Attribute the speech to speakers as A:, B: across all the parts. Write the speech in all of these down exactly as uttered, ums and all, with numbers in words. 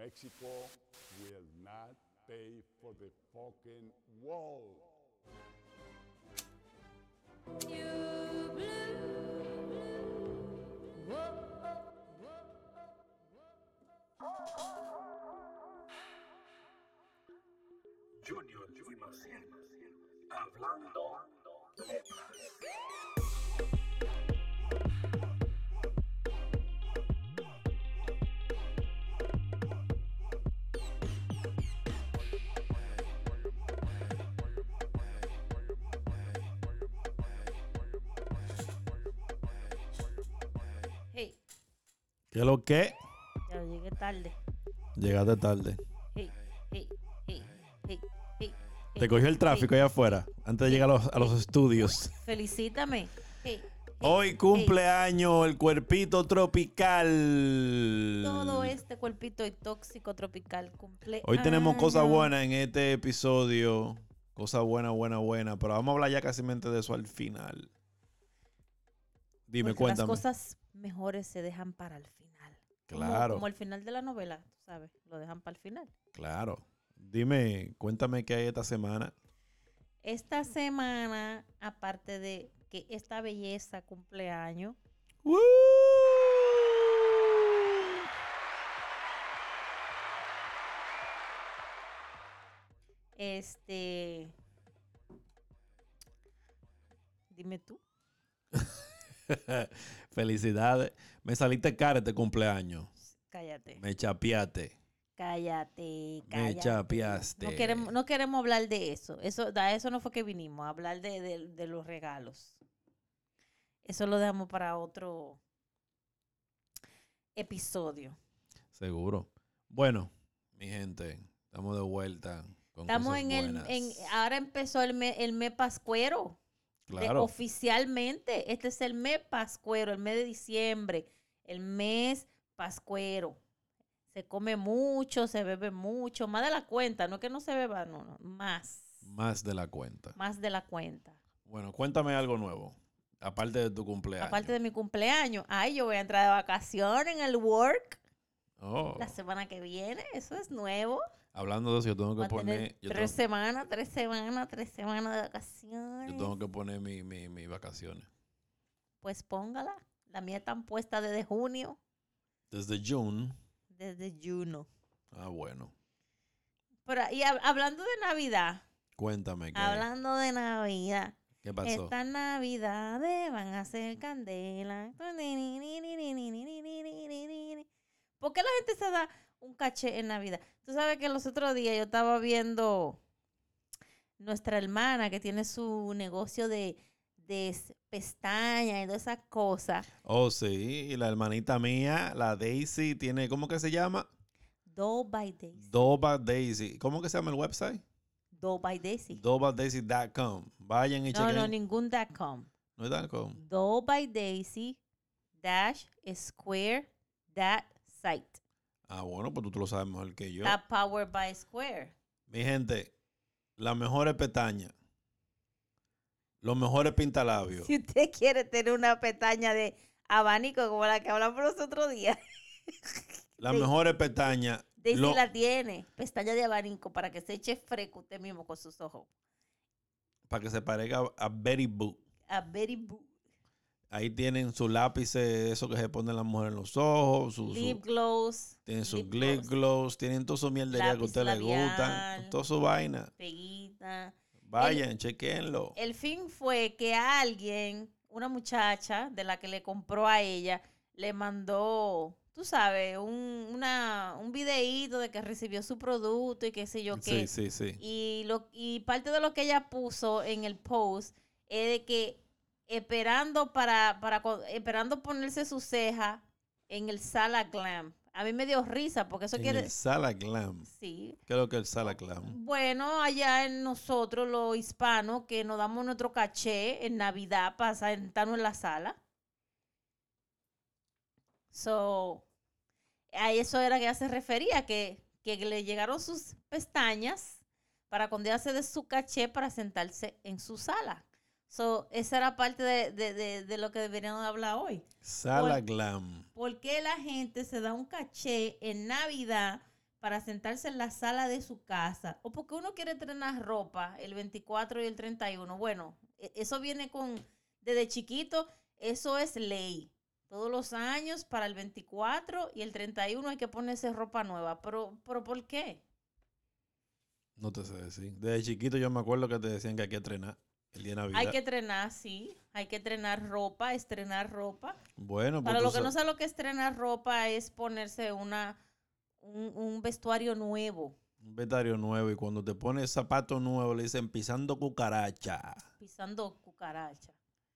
A: Mexico will not pay for the fucking wall.
B: You blue. Whoa,
C: Junior y Maciel, hablando letras.
B: Hey,
D: ¿Qué es lo que?
B: ya llegué tarde.
D: Llegaste tarde.
B: Hey, hey, hey, hey, hey.
D: Te cogió el tráfico allá afuera antes de llegar a los, a los estudios.
B: Felicítame. Hey, hey,
D: Hoy cumpleaños el cuerpito tropical.
B: todo este cuerpito tóxico tropical cumple.
D: Hoy tenemos cosas
B: años.
D: buenas en este episodio. Cosas buenas, buenas, buenas. Pero vamos a hablar ya casi de eso al final. Dime,
B: Porque
D: cuéntame.
B: las cosas mejores se dejan para el final. Como-
D: Claro.
B: Como, el final de la novela, tú sabes, lo dejan para el final.
D: Claro. Dime, cuéntame qué hay esta semana.
B: Esta semana, aparte de que esta belleza cumpleaños,
D: ¡Woo!
B: este, dime tú.
D: Felicidades. Me saliste cara este cumpleaños.
B: Cállate.
D: Me chapeaste.
B: Cállate,
D: Me
B: cállate.
D: chapeaste.
B: No queremos, no queremos hablar de eso. Eso, da eso no fue que vinimos, a hablar de, de, de los regalos. Eso lo dejamos para otro episodio.
D: Seguro. Bueno, mi gente, estamos de vuelta con
B: Estamos
D: cosas
B: en el,
D: buenas.
B: en, ahora empezó el mes, el mes pascuero. De-
D: Claro.
B: oficialmente, este es el mes pascuero, el mes de diciembre, el mes pascuero. Se come mucho, se bebe mucho, más de la cuenta, no es que no se beba, no, no, más,
D: Más de la cuenta.
B: más de la cuenta.
D: Bueno, cuéntame algo nuevo. Aparte de tu cumpleaños.
B: Aparte de mi cumpleaños, ay, yo voy a entrar de vacaciones en el work
D: Oh,
B: la semana que viene, eso es nuevo.
D: hablando de eso, yo tengo
B: Voy
D: que
B: a tener
D: poner. Yo
B: tres
D: tengo,
B: semanas, tres semanas, tres semanas de vacaciones.
D: yo tengo que poner mi, mi, mi vacaciones.
B: Pues póngala, la mía está puesta desde junio,
D: Desde June.
B: desde junio.
D: Ah, bueno.
B: Pero, y hab- hablando de Navidad,
D: Cuéntame, ¿qué,
B: hablando de Navidad,
D: ¿qué pasó?
B: estas Navidades van a ser candela. ¿Por qué la gente se da un caché en Navidad? Tú sabes que los otros días yo estaba viendo nuestra hermana que tiene su negocio de, de s- pestañas y todas esas cosas.
D: Oh, sí. Y la hermanita mía, la Daisy, tiene. ¿Cómo que se llama?
B: Doll by Daisy.
D: Doba Daisy. ¿Cómo que se llama el website?
B: Doll by Daisy.
D: doba daisy punto com. Vayan y
B: No, no,
D: chequen.
B: ningún dot com.
D: No es .com.
B: Doll by Daisy dash Square that site.
D: Ah, bueno, pues tú te lo sabes mejor que yo.
B: That powered by Square.
D: Mi gente, las mejores pestañas, los mejores pintalabios.
B: Si usted quiere tener una pestaña de abanico como la que hablamos los otros días,
D: Las
B: Sí.
D: mejores pestañas.
B: Daisy
D: lo-
B: la tiene. Pestaña de abanico para que se eche fresco usted mismo con sus ojos.
D: Para que se parezca a Betty Boo.
B: A very boo.
D: Ahí tienen sus lápices, eso que se ponen las mujeres en los ojos. Su, su-
B: Lip gloss.
D: tienen sus
B: lip
D: lip
B: gloss,
D: gloss. Tienen toda su mierdería que a
B: Lápiz
D: usted le gustan.
B: labial.
D: Toda su vaina.
B: Peguita.
D: Vayan, chequenlo.
B: El fin fue que alguien, una muchacha de la que le compró a ella, le mandó, tú sabes, un, una, un videíto de que recibió su producto y qué sé yo qué.
D: Sí, sí, sí.
B: Y, lo, y parte de lo que ella puso en el post es de que esperando para, para co- esperando ponerse su ceja en el Sala Glam. A mí me dio risa porque eso
D: En
B: quiere...
D: el Sala Glam.
B: Sí.
D: ¿Qué es lo que es el Sala Glam?
B: Bueno, allá en nosotros, los hispanos, que nos damos nuestro caché en Navidad para sentarnos en la sala. So, a eso era que ella se refería, que, que le llegaron sus pestañas para cuando ella se dé su caché para sentarse en su sala. So, esa era parte de, de, de, de lo que deberíamos hablar hoy.
D: Sala
B: Por-
D: Glam.
B: ¿Por qué la gente se da un caché en Navidad para sentarse en la sala de su casa, o porque uno quiere estrenar ropa el veinticuatro y el treinta y uno. Bueno, e- eso viene con, desde chiquito, eso es ley. Todos los años para el veinticuatro y el treinta y uno hay que ponerse ropa nueva. Pero, pero ¿por qué?
D: No te sé decir. Desde chiquito yo me acuerdo que te decían que hay que entrenar el día de Navidad.
B: Hay que estrenar, sí. Hay que estrenar ropa, estrenar ropa.
D: Bueno,
B: Para
D: pues
B: lo
D: tú
B: que no
D: sabes-
B: sabe lo que es estrenar ropa es ponerse una, un, un vestuario nuevo,
D: un vestuario nuevo y cuando te pones zapatos nuevos le dicen pisando cucaracha.
B: pisando cucaracha.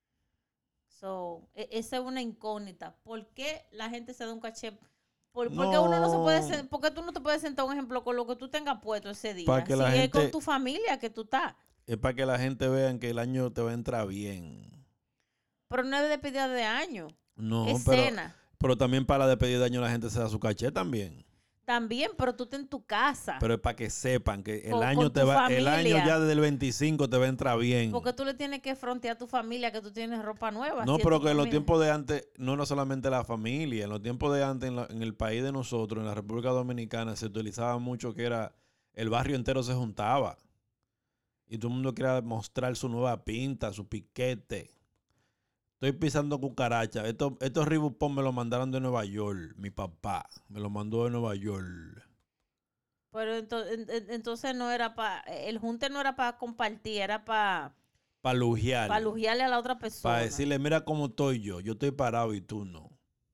B: So, e- esa es una incógnita. ¿Por qué la gente se da un caché? ¿Por, ¿por qué uno no se puede
D: No.
B: sen- ¿Por qué tú no te puedes sentar, un ejemplo, con lo que tú tengas puesto ese día?
D: Para que
B: Si
D: la
B: es
D: gente-
B: con tu familia que tú estás.
D: Es para que la gente vea que el año te va a entrar bien.
B: Pero no es despedida de año.
D: No,
B: es
D: pero,
B: cena.
D: pero también para la despedida de año la gente se da su caché también.
B: También, pero tú estás en tu casa.
D: Pero es para que sepan que el
B: Con-
D: año
B: con
D: te
B: tu
D: va, el año
B: familia.
D: ya desde el veinticinco te va a entrar bien.
B: Porque tú le tienes que frontear a tu familia que tú tienes ropa nueva.
D: No,
B: si es
D: pero
B: tu
D: que en los
B: familia.
D: tiempos de antes no era solamente la familia. En los tiempos de antes, en, la- en el país de nosotros, en la República Dominicana, se utilizaba mucho que era el barrio entero se juntaba. Y todo el mundo quería mostrar su nueva pinta, su piquete. Estoy pisando cucaracha. Estos, estos Ribupón me lo mandaron de Nueva York. Mi papá me lo mandó de Nueva York.
B: Pero entonces, entonces no era para, el junte no era para compartir, era para
D: Para lujear.
B: pa lujearle a la otra persona.
D: Para decirle, mira cómo estoy yo. Yo estoy parado y tú no.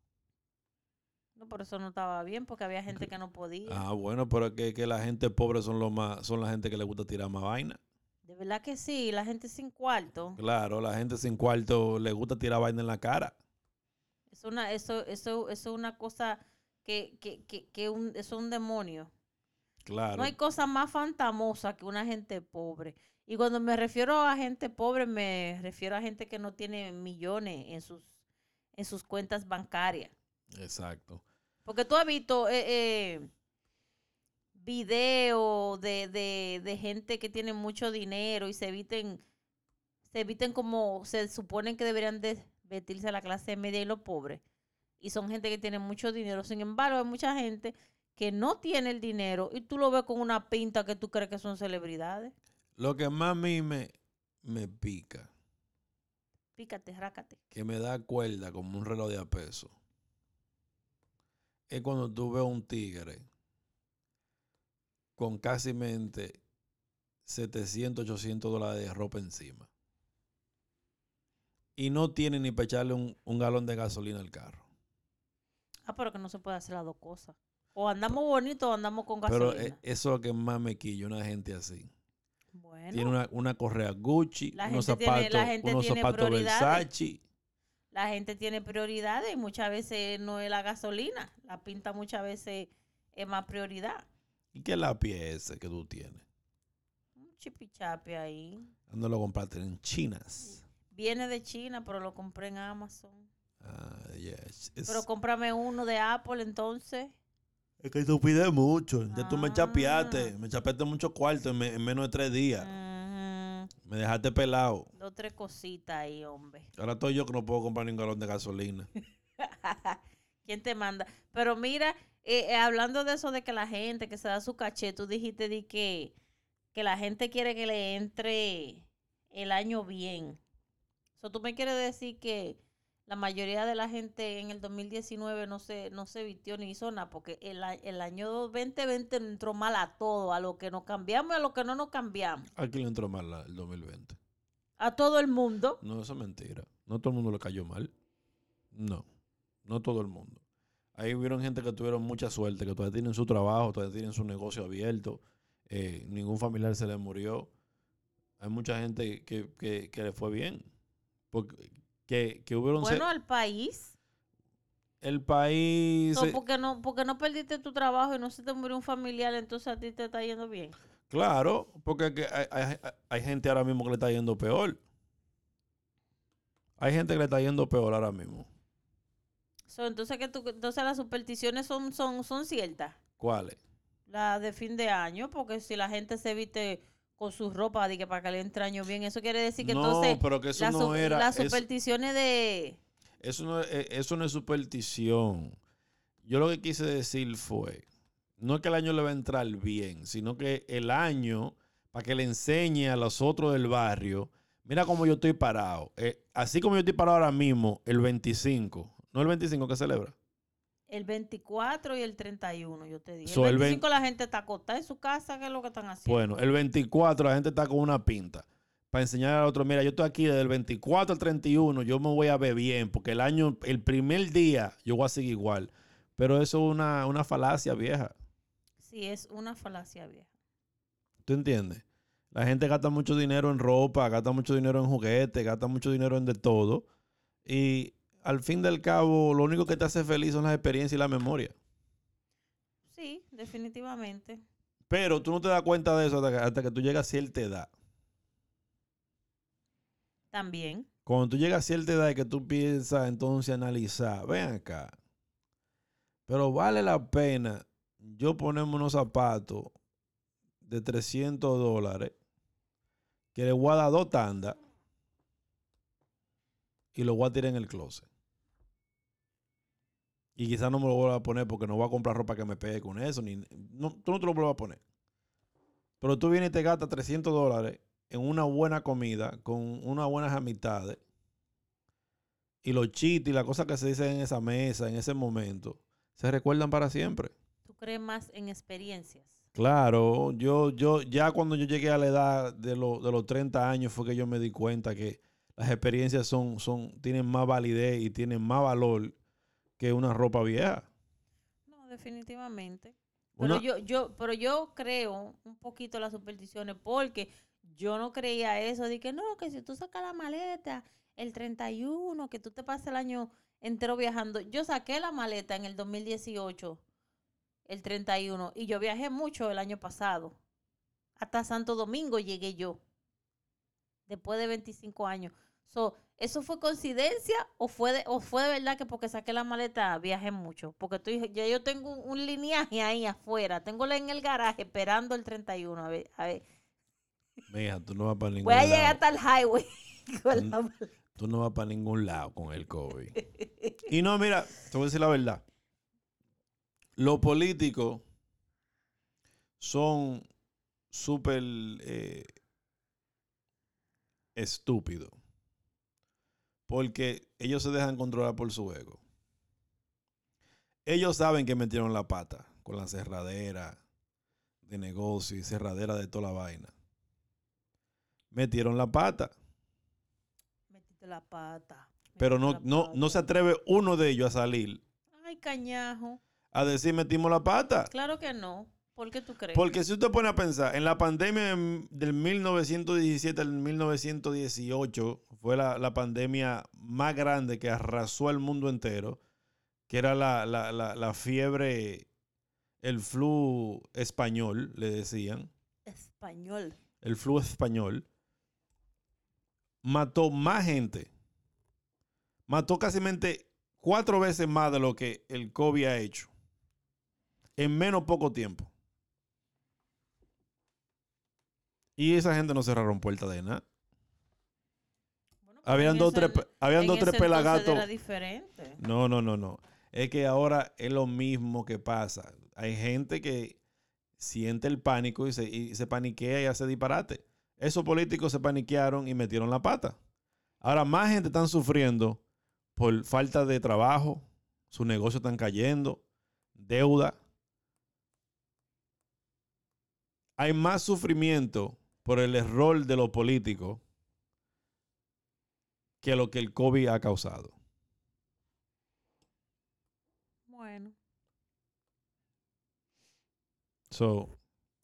B: No, por eso no estaba bien, porque había gente que no podía.
D: Ah, bueno, pero es que, que la gente pobre son, los más, son la gente que le gusta tirar más vaina.
B: De verdad que sí, la gente sin cuarto.
D: Claro, la gente sin cuarto le gusta tirar vaina en la cara.
B: Es una, eso, eso, eso es una cosa que, que, que, que un, eso es un demonio.
D: Claro.
B: No hay cosa más fantamosa que una gente pobre. Y cuando me refiero a gente pobre, me refiero a gente que no tiene millones en sus, en sus cuentas bancarias.
D: Exacto.
B: Porque tú has visto eh, eh, videos de, de, de gente que tiene mucho dinero y se eviten, se eviten como se suponen que deberían de vestirse a la clase media y los pobres. Y son gente que tiene mucho dinero. Sin embargo, hay mucha gente que no tiene el dinero y tú lo ves con una pinta que tú crees que son celebridades.
D: Lo que más a mí me, me pica,
B: Pícate, rácate.
D: que me da cuerda como un reloj de a peso, es cuando tú ves un tigre con casi mente setecientos, ochocientos dólares de ropa encima. Y no tiene ni para echarle un, un galón de gasolina al carro.
B: Ah, pero que no se puede hacer las dos cosas. O andamos bonitos o andamos con
D: Pero
B: gasolina.
D: eh, eso es lo que más me quilla, una gente así.
B: Bueno.
D: Tiene una, una correa Gucci,
B: La
D: unos
B: gente tiene-
D: zapatos,
B: la gente
D: unos
B: tiene
D: zapatos
B: prioridades.
D: Versace.
B: La gente tiene prioridades y muchas veces no es la gasolina. La pinta muchas veces es más prioridad.
D: ¿Y qué lápiz es ese que tú tienes?
B: Un chipichape ahí.
D: ¿Dónde lo compraste? En Chinas.
B: Viene de China, pero lo compré en Amazon.
D: Ah, yes. Es,
B: Pero cómprame uno de Apple entonces.
D: es que tú pides mucho. Ya tú me
B: Ah.
D: chapeaste. Me chapeaste mucho cuarto en, me- en menos de tres días.
B: Ujú.
D: Me dejaste pelado.
B: Dos, tres cositas ahí, hombre.
D: Ahora estoy yo que no puedo comprar ni un galón de gasolina.
B: ¿Quién te manda? Pero mira, eh, eh, hablando de eso de que la gente que se da su caché, tú dijiste de que, que la gente quiere que le entre el año bien. So, ¿tú me quieres decir que la mayoría de la gente en el dos mil diecinueve no se, no se vistió ni hizo nada? Porque el, a- el año veinte veinte entró mal a todo, a lo que nos cambiamos y a lo que no nos cambiamos.
D: ¿A quién le entró mal la- el dos mil veinte?
B: A todo el mundo.
D: No, eso es mentira. No todo el mundo le cayó mal. No, no todo el mundo. Ahí hubieron gente que tuvieron mucha suerte, que todavía tienen su trabajo, todavía tienen su negocio abierto. Eh, ningún familiar se le murió. Hay mucha gente que, que, que le fue bien. Porque que, que hubieron...
B: Bueno,
D: se-
B: al país.
D: el país...
B: So,
D: eh,
B: porque no, porque no perdiste tu trabajo y no se te murió un familiar, entonces a ti te está yendo bien.
D: Claro, porque que hay, hay- hay gente ahora mismo que le está yendo peor. Hay gente que le está yendo peor ahora mismo.
B: So, entonces que tú, entonces las supersticiones son, son, son ciertas.
D: ¿Cuáles?
B: Las de fin de año, porque si la gente se viste con su ropa de que para que le entre año bien, eso quiere decir que
D: No,
B: entonces
D: pero que eso
B: las,
D: no
B: su-
D: era...
B: las
D: eso-
B: supersticiones de...
D: Eso no, eh, eso no es superstición. Yo lo que quise decir fue, no es que el año le va a entrar bien, sino que el año, para que le enseñe a los otros del barrio, mira cómo yo estoy parado. Eh, así como yo estoy parado ahora mismo, el veinticinco, no el veinticinco que celebra.
B: El veinticuatro y el treinta y uno, yo te dije.
D: So,
B: el
D: el
B: veinticinco
D: veinte
B: la gente está acostada en su casa, ¿qué es lo que están haciendo?
D: Bueno, el veinticuatro la gente está con una pinta para enseñar al otro, mira, yo estoy aquí desde el veinticuatro al treinta y uno, yo me voy a ver bien, porque el año, el primer día, yo voy a seguir igual. Pero eso es una, una falacia vieja.
B: Sí, es una falacia vieja.
D: ¿Tú entiendes? La gente gasta mucho dinero en ropa, gasta mucho dinero en juguetes, gasta mucho dinero en de todo. Y al fin del cabo, lo único que te hace feliz son las experiencias y la memoria.
B: Sí, definitivamente.
D: Pero tú no te das cuenta de eso hasta que, hasta que tú llegas a cierta edad.
B: También.
D: Cuando tú llegas a cierta edad y que tú piensas entonces analizar, ven acá, pero vale la pena yo ponerme unos zapatos de trescientos dólares que le voy a dar dos tandas y los voy a tirar en el closet. Y quizás no me lo vuelva a poner porque no voy a comprar ropa que me pegue con eso. Ni, no, tú no te lo vuelvas a poner. Pero tú vienes y te gastas trescientos dólares en una buena comida, con unas buenas amistades. Y los chistes y las cosas que se dicen en esa mesa, en ese momento, se recuerdan para siempre.
B: ¿Tú crees más en experiencias?
D: Claro, yo, yo, ya cuando yo llegué a la edad de, lo, de los treinta años fue que yo me di cuenta que las experiencias son, son, tienen más validez y tienen más valor que una ropa vieja.
B: No, definitivamente.
D: Una,
B: Pero yo, yo, pero yo creo un poquito las supersticiones porque yo no creía eso de que no, que si tú sacas la maleta el treinta y uno, que tú te pasas el año entero viajando. Yo saqué la maleta en el dos mil dieciocho, el treinta y uno, y yo viajé mucho el año pasado. Hasta Santo Domingo llegué yo, después de veinticinco años. So, ¿eso fue coincidencia o fue de, o fue de verdad que porque saqué la maleta viajé mucho? Porque estoy, ya yo tengo un, un lineaje ahí afuera. Tengo en el garaje esperando el treinta y uno. A ver, a ver.
D: mija, tú no vas para ningún
B: Voy a llegar
D: lado.
B: hasta el highway con
D: Tú,
B: la maleta.
D: tú no vas para ningún lado con el COVID. Y no, mira, te voy a decir la verdad. Los políticos son súper eh, estúpidos. Porque ellos se dejan controlar por su ego. Ellos saben que metieron la pata con la cerradera de negocio y cerradera de toda la vaina. Metieron la pata.
B: Metiste la pata.
D: Pero no,
B: metiste la
D: no,
B: pata.
D: no se atreve uno de ellos a salir
B: Ay, cañajo.
D: a decir metimos la pata.
B: Claro que no. ¿Por qué tú crees?
D: Porque si usted pone a pensar, en la pandemia del mil novecientos diecisiete al mil novecientos dieciocho fue la, la pandemia más grande que arrasó al mundo entero, que era la, la, la, la fiebre, el flu español, le decían.
B: Español.
D: El flu español. Mató más gente. Mató casi cuatro veces más de lo que el COVID ha hecho. En menos poco tiempo. Y esa gente no cerraron puerta de nada.
B: Bueno, pero
D: Habían
B: en
D: dos,
B: ese-
D: tres, pe- habían
B: en
D: dos, tres
B: ese entonces
D: pelagatos.
B: era diferente.
D: No, no, no, no. Es que ahora es lo mismo que pasa. Hay gente que siente el pánico y se, y se paniquea y hace disparate. Esos políticos se paniquearon y metieron la pata. Ahora más gente están sufriendo por falta de trabajo, sus negocios están cayendo, deuda. Hay más sufrimiento por el error de los políticos que lo que el COVID ha causado.
B: Bueno.
D: So,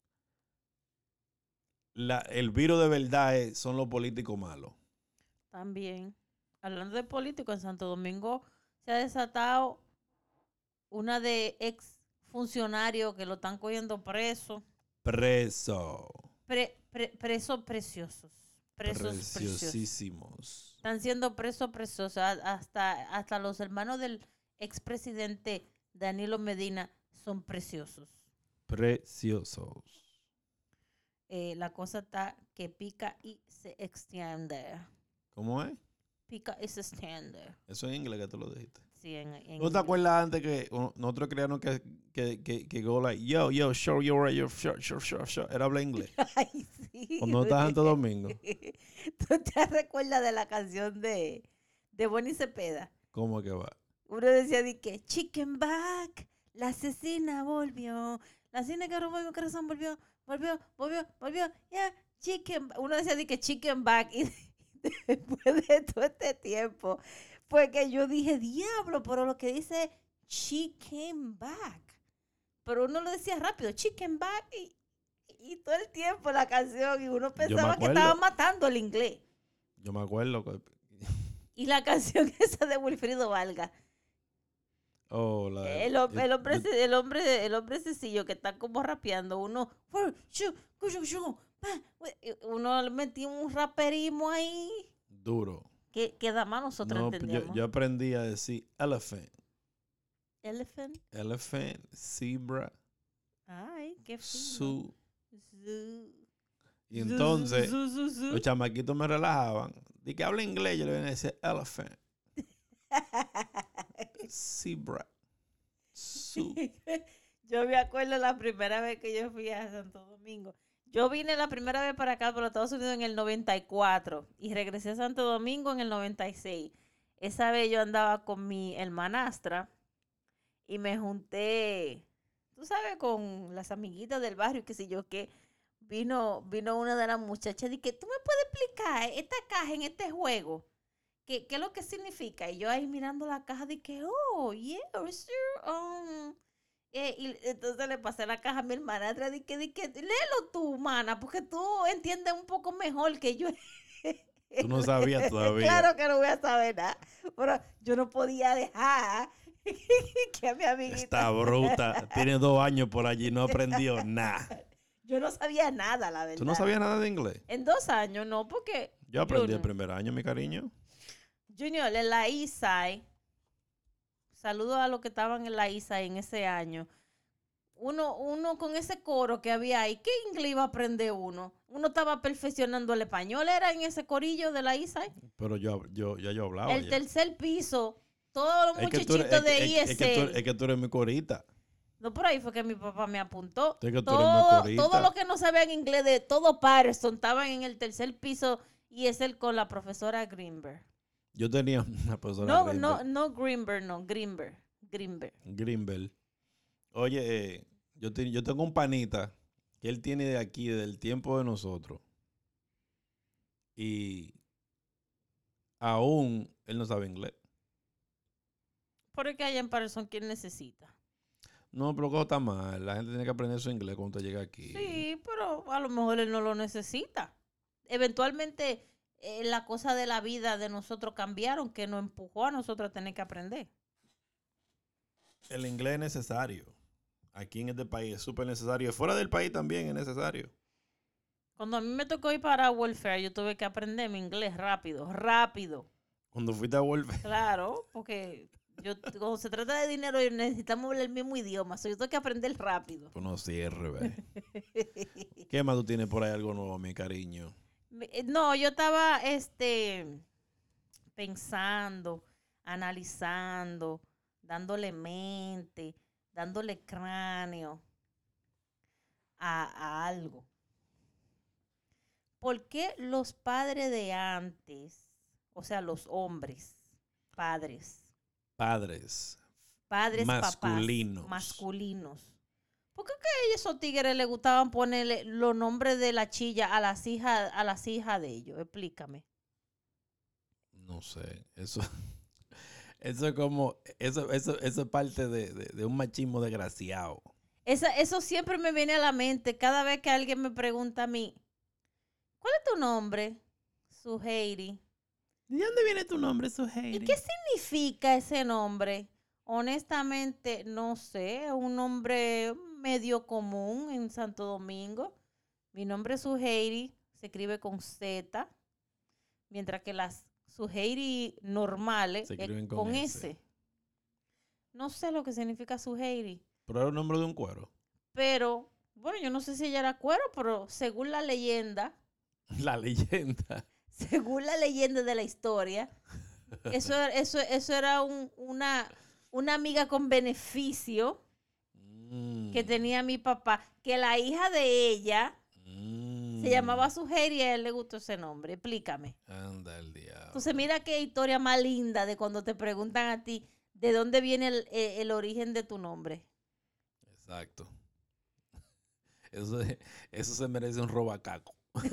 D: la, el virus de verdad es, son los políticos malos.
B: También, hablando de políticos, en Santo Domingo se ha desatado una de ex funcionarios que lo están cogiendo preso.
D: Preso.
B: Pre, pre, presos preciosos. Presos preciosos.
D: Preciosísimos.
B: Están siendo presos preciosos. Hasta, hasta los hermanos del expresidente Danilo Medina son preciosos.
D: Preciosos.
B: Eh, la cosa está que pica y se extiende.
D: ¿Cómo es?
B: Pica y se extiende.
D: Eso en inglés que tú lo dijiste.
B: Sí, en, en
D: ¿No te acuerdas antes que uh, nosotros creíamos que, que, que, que go like, yo, yo, sure, you're right, you're sure, sure, sure, sure. Era hablar inglés.
B: Ay, sí.
D: Cuando no estás en Santo Domingo.
B: ¿Tú te recuerdas de la canción de, de Bonnie Cepeda?
D: ¿Cómo que va?
B: Uno decía de que chicken back, la asesina volvió, la asesina que robó mi corazón volvió, volvió, volvió, volvió, ya, yeah, chicken back. Uno decía de que chicken back y después de todo este tiempo fue que yo dije, diablo, pero lo que dice chicken back. Pero uno lo decía rápido, chicken back y, y todo el tiempo la canción y uno pensaba que estaba matando el inglés.
D: Yo me acuerdo. Que...
B: Y la canción esa de Wilfrido Valga.
D: Oh, la de...
B: El, el, el, hombre, el, hombre, el hombre sencillo que está como rapeando, uno, uno le metía un raperismo ahí.
D: Duro.
B: Que, que da más nosotros
D: no,
B: entendíamos.
D: Yo, yo aprendí a decir elephant.
B: Elephant.
D: Elephant, zebra.
B: Ay, qué fino.
D: Su.
B: Zu.
D: Y entonces,
B: zu, zu, zu, zu.
D: los chamaquitos me relajaban. Di que habla inglés, yo le venía a decir elephant. Zebra. Su.
B: Yo me acuerdo la primera vez que yo fui a Santo Domingo. Yo vine la primera vez para acá, para los Estados Unidos, en el noventa y cuatro y regresé a Santo Domingo en el noventa y seis. Esa vez yo andaba con mi hermanastra y me junté, tú sabes, con las amiguitas del barrio, qué sé yo, que vino, vino una de las muchachas y que tú me puedes explicar esta caja en este juego. ¿Qué, ¿Qué es lo que significa? Y yo ahí mirando la caja de que, oh, yeah, sure, um... Eh, y entonces le pasé la caja a mi hermana, de que, de que, léelo tú, mana, porque tú entiendes un poco mejor que yo.
D: Tú no sabías todavía.
B: Claro que no voy a saber nada, pero yo no podía dejar que a mi amiguita...
D: Esta bruta tiene dos años por allí, no aprendió nada.
B: Yo no sabía nada, la verdad.
D: ¿Tú no sabías nada de inglés?
B: En dos años, no, porque...
D: Yo aprendí
B: Junior,
D: el primer año, mi cariño.
B: Junior, en la I S A I, saludos a los que estaban en la I S A I en ese año. Uno, uno con ese coro que había ahí, ¿qué inglés iba a aprender uno? Uno estaba perfeccionando el español, era en ese corillo de la I S A I.
D: Pero yo, yo, ya yo hablaba.
B: El
D: ya.
B: tercer piso, todos los
D: Es que
B: muchachitos
D: tú eres- es
B: de
D: que-
B: I
D: es,
B: S
D: es que tú,
B: L.
D: es que tú eres mi corita.
B: No, por ahí fue que mi papá me apuntó.
D: Es que tú eres
B: Todo,
D: muy corita.
B: todo lo que no sabían inglés de todo Patterson estaban en el tercer piso I S L con la profesora Greenberg.
D: Yo tenía una persona.
B: No,
D: Greenberg.
B: no, no Greenberg, no, Greenberg. Greenberg.
D: Greenbelt. Oye, eh, yo, te- yo tengo un panita que él tiene de aquí, del tiempo de nosotros. Y aún él no sabe inglés.
B: Por que allá en Patterson, ¿quién necesita?
D: No, pero que está mal. La gente tiene que aprender su inglés cuando llega aquí.
B: Sí, pero a lo mejor él no lo necesita. Eventualmente, eh, la cosa de la vida de nosotros cambiaron, que nos empujó a nosotros a tener que aprender.
D: El inglés es necesario. Aquí en este país es súper necesario. Fuera del país también es necesario.
B: Cuando a mí me tocó ir para Welfare, yo tuve que aprender mi inglés rápido, rápido.
D: Cuando fuiste a Wolf,
B: Claro, porque yo, cuando se trata de dinero, necesitamos hablar el mismo idioma. So, yo tengo que aprender rápido.
D: pues no cierre, ve. ¿Qué más tú tienes por ahí algo nuevo, mi cariño?
B: No, yo estaba este, pensando, analizando, dándole mente, dándole cráneo a, a algo. ¿Por qué los padres de antes, o sea, los hombres, padres,
D: Padres.
B: padres
D: Masculinos.
B: papás, masculinos, ¿por qué que a esos tigres les gustaban ponerle los nombres de la chilla a las hijas, a las hijas de ellos? Explícame.
D: No sé. Eso, eso es como, eso, eso, eso es parte de, de, de un machismo desgraciado.
B: Esa, eso siempre me viene a la mente cada vez que alguien me pregunta a mí, ¿cuál es tu nombre? Suheiri.
D: ¿De dónde viene tu nombre, Suheiri?
B: ¿Y qué significa ese nombre? Honestamente, no sé. Es un nombre medio común en Santo Domingo. Mi nombre es Suheiri. Se escribe con Z. Mientras que las Suheiri normales
D: Se
B: es
D: escriben
B: con,
D: con
B: S.
D: S.
B: No sé lo que significa Suheiri.
D: Pero era el nombre de un cuero.
B: Pero, bueno, yo no sé si ella era cuero, pero según la leyenda,
D: La leyenda.
B: según la leyenda de la historia, Eso, eso, eso era un- una, una amiga con beneficio
D: Mm,
B: que tenía mi papá, que la hija de ella
D: mm.
B: se llamaba Sujer y a él le gustó ese nombre. Explícame.
D: Anda el diablo.
B: Entonces mira qué historia más linda de cuando te preguntan a ti de dónde viene el, el- el origen de tu nombre.
D: Exacto. Eso, eso se merece un robacaco.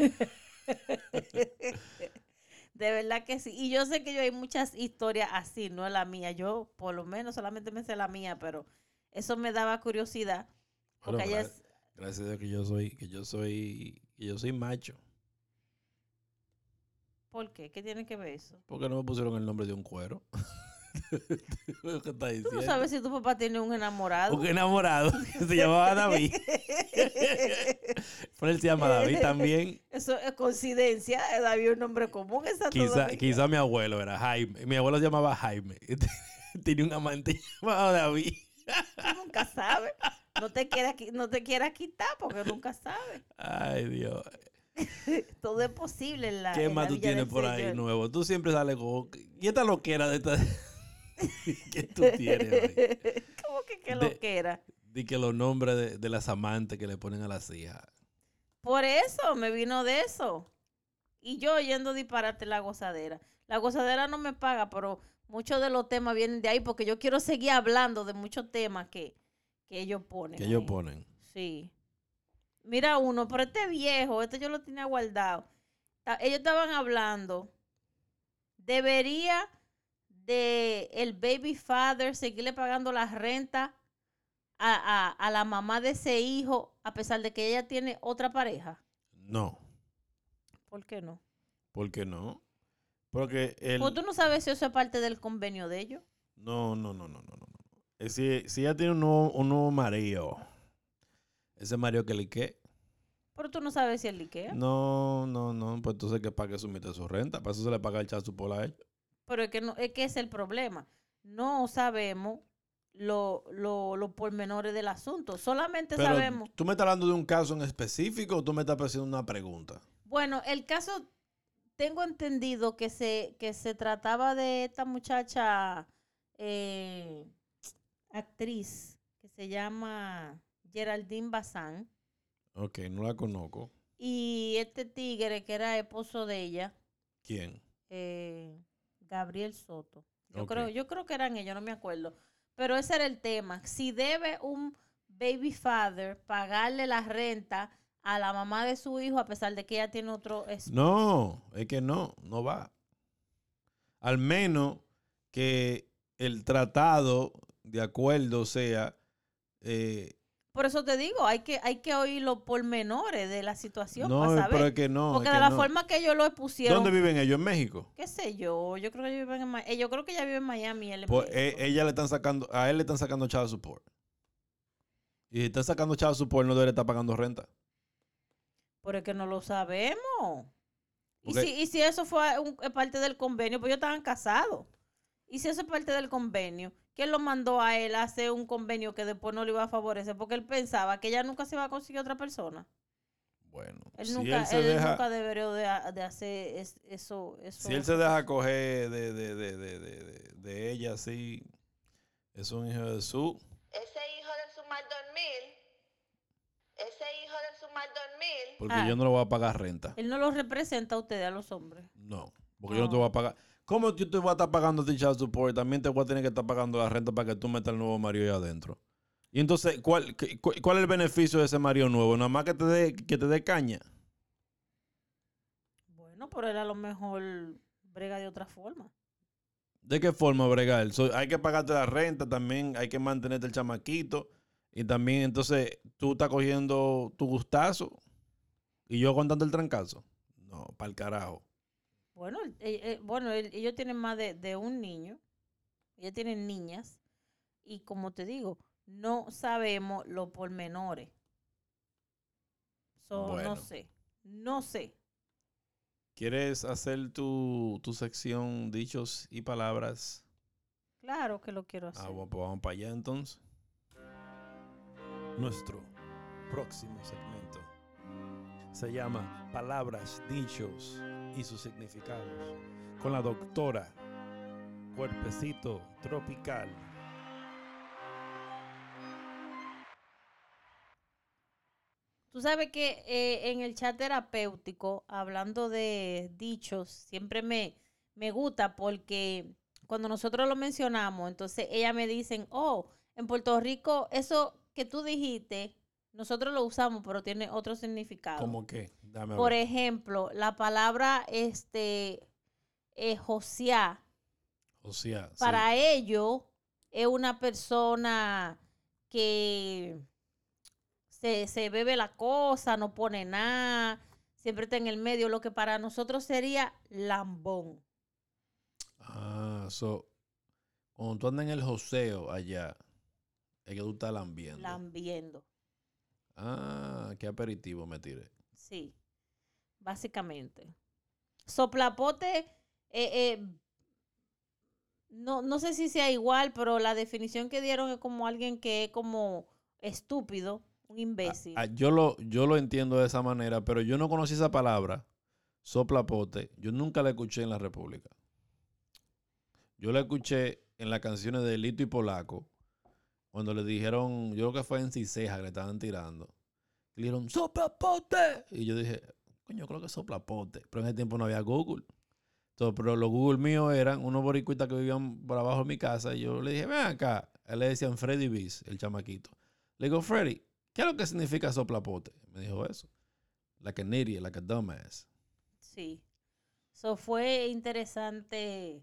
B: De verdad que sí. Y yo sé que yo hay muchas historias así, no es la mía. Yo por lo menos solamente me sé la mía, pero eso me daba curiosidad.
D: Bueno,
B: Porque ella
D: gra-
B: es,
D: gracias a Dios que yo soy, que yo soy, que yo soy macho.
B: ¿por qué? ¿Qué tiene que ver eso?
D: ¿Por qué no me pusieron el nombre de un cuero? ¿Qué estás
B: Tú
D: diciendo?
B: no sabes si tu papá tiene un enamorado.
D: Un enamorado que se llamaba David. Pero él se llama David también.
B: Eso es coincidencia. eh, David es un nombre común en Santo
D: Quizá,
B: Domingo.
D: quizá mi abuelo era Jaime. Mi abuelo se llamaba Jaime. Tenía un amante llamado David.
B: Tú nunca sabes. No te quieras, qui- no te quieras quitar porque nunca sabes.
D: Ay, Dios.
B: Todo es posible en la
D: ¿Qué
B: en
D: más
B: la
D: tú
B: Villa
D: tienes
B: del
D: por ahí
B: Señor.
D: nuevo? Tú siempre sales con... ¿Y esta loquera de esta... que tú tienes hoy?
B: ¿Cómo que qué
D: De-
B: lo que era?
D: Di que los nombres de, de las amantes que le ponen a las hijas.
B: Por eso, me vino de eso. Y yo oyendo disparate la gozadera. La gozadera no me paga, pero muchos de los temas vienen de ahí porque yo quiero seguir hablando de muchos temas que, que ellos ponen.
D: Que ellos
B: ahí.
D: ponen.
B: Sí. Mira uno, pero este viejo, este yo lo tenía guardado. Ta- Ellos estaban hablando. ¿Debería de el baby father seguirle pagando la renta a, a, a la mamá de ese hijo a pesar de que ella tiene otra pareja?
D: No.
B: ¿Por qué no?
D: ¿Por qué no? Porque el...
B: Pues tú no sabes si eso es parte del convenio de ellos.
D: No, no, no, no, no, no. no. Eh, Si, si ella tiene un nuevo, un nuevo marido, ese marido que le que...
B: Pero tú no sabes si es liquea.
D: No, no, no. Pues entonces que pague su mitad de su renta. Para eso se le paga el chazo por a él.
B: Pero es que, no, es que ese es el problema. No sabemos los lo, lo pormenores del asunto. Solamente
D: Pero
B: sabemos.
D: ¿tú me estás hablando de un caso en específico o tú me estás haciendo una pregunta?
B: Bueno, el caso, tengo entendido que se, que se trataba de esta muchacha eh, actriz que se llama Geraldine Bazán
D: Ok, no la conozco.
B: y este tigre que era esposo de ella,
D: ¿Quién?
B: eh, Gabriel Soto. Yo
D: Ok.
B: creo, yo creo que eran ellos, no me acuerdo. Pero ese era el tema. Si debe un baby father pagarle la renta a la mamá de su hijo a pesar de que ella tiene otro esposo.
D: No, es que no, no va. Al menos que el tratado de acuerdo sea... eh,
B: Por eso te digo, hay que, hay que oír los pormenores de la situación
D: no,
B: para saber.
D: pero es que no.
B: Porque
D: es
B: de
D: que
B: la
D: no.
B: forma que ellos lo pusieron,
D: ¿Dónde viven ellos? ¿En México?
B: qué sé yo, yo creo que ellos viven en, Ma- eh, yo creo que ella vive en Miami. Él en
D: Pues
B: México.
D: eh, ella le están sacando, a él le están sacando child support. Y si están sacando child support, no debe estar pagando renta.
B: Pero es que no lo sabemos. Y
D: Porque-
B: si, y si eso fue un- eh, parte del convenio, pues ellos estaban casados. Y si eso es parte del convenio, ¿quién lo mandó a él a hacer un convenio que después no le iba a favorecer? Porque él pensaba que ella nunca se iba a conseguir otra persona.
D: Bueno,
B: Él
D: si
B: nunca,
D: él se
B: él
D: deja,
B: nunca debería de, de hacer es- eso, eso.
D: si él se deja coger de, de, de, de, de, de- de ella así, es un hijo de su.
E: Ese hijo de su mal dormir, ese hijo de su mal dormir,
D: Porque
B: Ah.
D: yo no le voy a pagar renta.
B: Él no lo representa a ustedes, a los hombres.
D: No, porque yo no te
B: No.
D: voy a pagar. ¿Cómo yo te voy a estar pagando a ti child support? También te voy a tener que estar pagando la renta para que tú metas el nuevo marido ahí adentro. Y entonces, ¿cuál, qué- cu- cuál es el beneficio de ese marido nuevo? Nada más que te dé que te dé caña.
B: Bueno, pero él a lo mejor brega de otra forma.
D: ¿De qué forma bregar? So, hay que pagarte la renta, también hay que mantenerte el chamaquito. Y también, entonces, tú estás cogiendo tu gustazo. Y yo contando el trancazo. No, para el carajo.
B: Bueno, él- eh, eh, bueno él- ellos tienen más de, de un niño. Ellos tienen niñas. Y como te digo, no sabemos los pormenores. So,
D: Bueno.
B: No sé. No sé.
D: ¿Quieres hacer tu, tu sección dichos y palabras?
B: Claro que lo quiero hacer.
D: Ah, bueno, pues vamos para allá entonces. Nuestro próximo segmento se llama Palabras, Dichos y sus significados con la doctora Cuerpecito tropical.
B: Tú sabes que eh, en el chat terapéutico, hablando de dichos, siempre me, me gusta porque cuando nosotros lo mencionamos, entonces ellas me dicen, oh, en Puerto Rico, eso que tú dijiste, nosotros lo usamos, pero tiene otro significado.
D: ¿Cómo qué? Dame a
B: Por
D: ver.
B: ejemplo, la palabra este, eh, josear,
D: O sea, sí.
B: para ello es una persona que se, se bebe la cosa, no pone nada, siempre está en el medio, lo que para nosotros sería lambón.
D: Ah, so, cuando tú andas en el joseo allá, es que tú estás lambiendo.
B: Lambiendo,
D: Ah, qué aperitivo me tiré.
B: sí, básicamente. Soplapote, eh, eh, no, no sé si sea igual, pero la definición que dieron es como alguien que es como estúpido, un imbécil.
D: Ah, yo, lo, yo lo entiendo de esa manera, pero yo no conocí esa palabra, soplapote. Yo nunca la escuché en la República. Yo la escuché en las canciones de Lito y Polaco, cuando le dijeron, yo creo que fue en Ciseja que le estaban tirando. Le dijeron, soplapote. Y yo dije, coño, creo que es soplapote. Pero en ese tiempo no había Google. Entonces, pero los Google míos eran unos boricuitas que vivían por abajo de mi casa. Y yo le dije, ven acá. A él le decían Freddy Biz, el chamaquito. Le digo, Freddy, ¿qué es lo que significa soplapote? Me dijo eso. Like an idiot, like a dumbass.
B: Sí. So fue interesante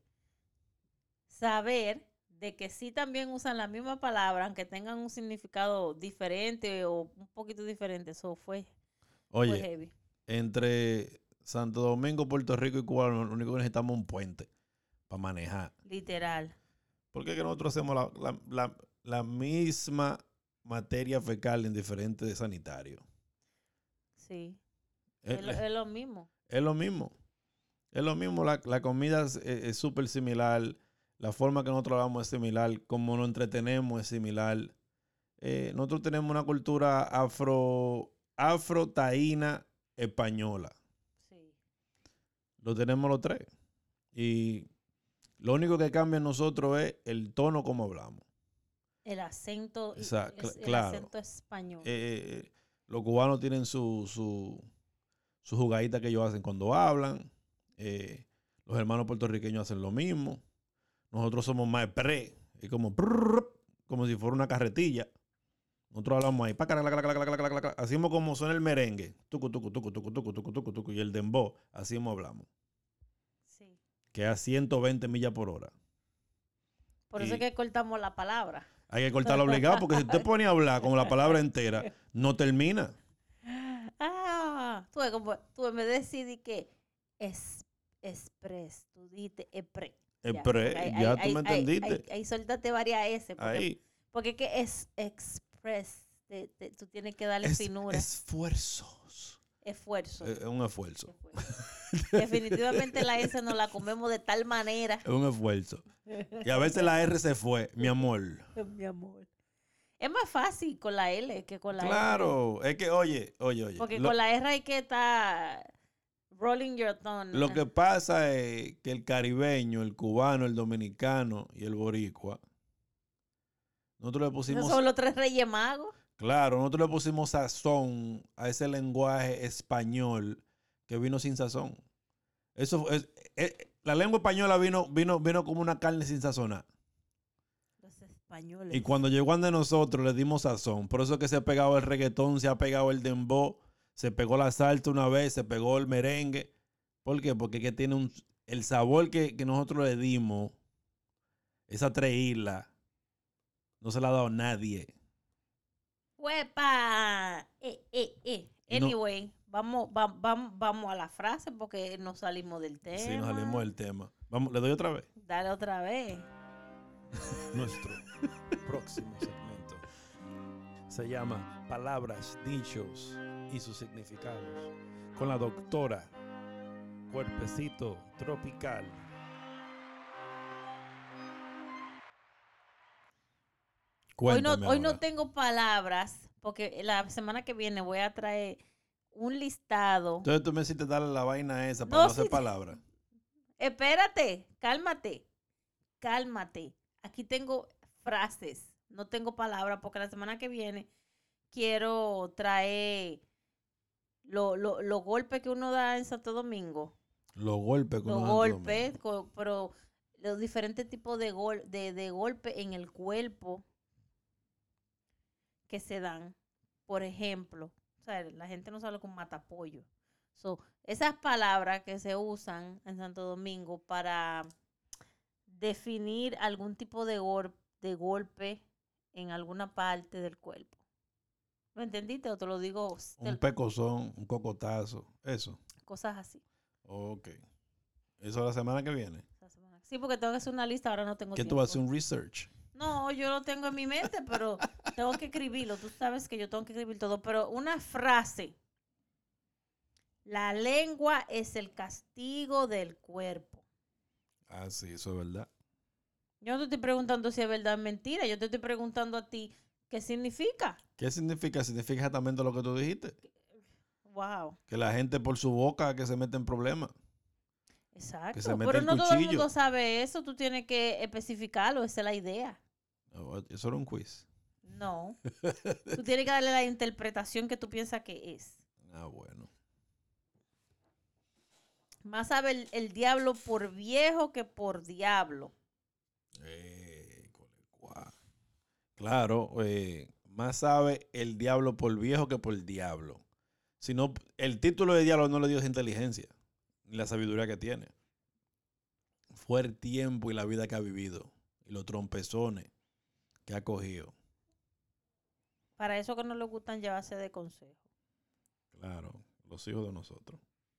B: saber de que sí también usan la misma palabra, aunque tengan un significado diferente o un poquito diferente. Eso fue, fue
D: Oye,
B: heavy.
D: entre Santo Domingo, Puerto Rico y Cuba, lo único que necesitamos es un puente para manejar.
B: Literal.
D: Porque es que nosotros hacemos la, la, la, la misma materia fecal en diferentes sanitarios.
B: Sí.
D: Es,
B: Es, lo- es lo mismo.
D: es lo mismo. Es lo mismo. La, la comida es es súper similar. La forma que nosotros hablamos es similar. Como nos entretenemos es similar. Eh, nosotros tenemos una cultura afro, afro-taína española.
B: Sí.
D: Lo tenemos los tres. Y lo único que cambia en nosotros es el tono como hablamos.
B: El acento,
D: O sea,
B: es-
D: cl-
B: el
D: claro.
B: acento español.
D: Eh, los cubanos tienen su, su, su jugadita que ellos hacen cuando hablan. Eh, los hermanos puertorriqueños hacen lo mismo. Nosotros somos más pre. Es como, prrr, como si fuera una carretilla. Nosotros hablamos ahí. Así como suena el merengue. Tucu, tucu, tucu, tucu, tucu, tucu, tucu, tucu, y el dembow. Así como hablamos.
B: Sí.
D: Que a ciento veinte millas por hora.
B: Por eso
D: Y-
B: es que cortamos la palabra.
D: Hay que cortarlo obligado porque si usted pone a hablar con la palabra entera, no termina.
B: Ah, tú ves como, tú en vez de decir que es express, tú dijiste epre.
D: El
B: Ya,
D: pre,
B: ahí-
D: ya
B: ahí-
D: tú
B: ahí-
D: me
B: ahí-
D: entendiste.
B: Ahí, ahí suéltate varias S. Porque,
D: Ahí.
B: porque es que es express. te- te- tú tienes que darle
D: Es,
B: finura,
D: esfuerzos.
B: esfuerzo.
D: Es un esfuerzo.
B: esfuerzo. Definitivamente la S nos la comemos de tal manera.
D: Es un esfuerzo. Y a veces la R se fue, mi amor.
B: Mi amor. Es más fácil con la L que con la R.
D: Claro, es que, oye, oye, oye.
B: Porque
D: Lo,
B: con la R hay que estar rolling your tongue.
D: lo que pasa es que el caribeño, el cubano, el dominicano y el boricua, nosotros le pusimos,
B: Esos son los tres reyes magos.
D: claro, nosotros le pusimos sazón a ese lenguaje español que vino sin sazón. Eso es, es- la lengua española vino, vino, vino como una carne sin sazonar.
B: Los españoles.
D: Y cuando llegó ante nosotros le dimos sazón. Por eso es que se ha pegado el reggaetón, se ha pegado el dembow, se pegó la salsa una vez, se pegó el merengue. ¿Por qué? Porque es que tiene un, el sabor que, que nosotros le dimos, esa tres islas, no se la ha dado nadie.
B: ¡Huepa! Eh, eh, eh.
D: No.
B: Anyway, vamos, va- vamos, vamos a la frase porque nos salimos del tema.
D: Sí, nos salimos del tema. Vamos, le doy otra vez.
B: Dale otra vez.
F: Nuestro próximo segmento se llama Palabras, Dichos y sus significados con la doctora Cuerpecito Tropical.
B: Hoy no,
D: Cuéntame
B: hoy no
D: ahora.
B: tengo palabras porque la semana que viene voy a traer un listado.
D: Entonces tú me hiciste darle la vaina esa para
B: No,
D: no hacer
B: sí.
D: palabras.
B: Espérate, cálmate. cálmate. Aquí tengo frases, no tengo palabras, porque la semana que viene quiero traer los lo, lo golpes que uno da en Santo Domingo.
D: Los golpes. que
B: Los
D: uno da en Santo
B: golpes,
D: Domingo.
B: co- pero los diferentes tipos de, gol, de, de golpe en el cuerpo que se dan. Por ejemplo, o sea, la gente no sabe con matapollo. So, esas palabras que se usan en Santo Domingo para definir algún tipo de, gol, de golpe en alguna parte del cuerpo. ¿Lo entendiste? O te lo digo, te-
D: Un pecozón, un cocotazo, eso.
B: cosas así.
D: Ok. Eso la semana que viene.
B: esa semana. Sí, porque tengo que hacer una lista, ahora no tengo
D: ¿Qué tú
B: tiempo.
D: vas a hacer un research?
B: No, yo lo tengo en mi mente, pero tengo que escribirlo. Tú sabes que yo tengo que escribir todo. Pero una frase. La lengua es el castigo del cuerpo.
D: Ah, sí, eso es verdad.
B: Yo no te estoy preguntando si es verdad o mentira. Yo te estoy preguntando a ti qué significa.
D: ¿Qué significa? Significa exactamente lo que tú dijiste.
B: Wow.
D: Que la gente por su boca que se mete en problemas.
B: Exacto.
D: se mete
B: Pero
D: el
B: no todo el
D: cuchillo.
B: mundo sabe eso. Tú tienes que especificarlo. Esa es la idea.
D: Oh, eso era un quiz.
B: No. Tú tienes que darle la interpretación que tú piensas que es.
D: Ah, bueno.
B: Más sabe el, el diablo por viejo que por diablo.
D: Eh, colecua. Claro, eh, más sabe el diablo por viejo que por diablo. Si no, el título de diablo no le dio esa inteligencia, ni la sabiduría que tiene. Fue el tiempo y la vida que ha vivido, y los trompezones que ha cogido.
B: Para eso que no le gustan llevarse de consejo.
D: Claro, los hijos de nosotros.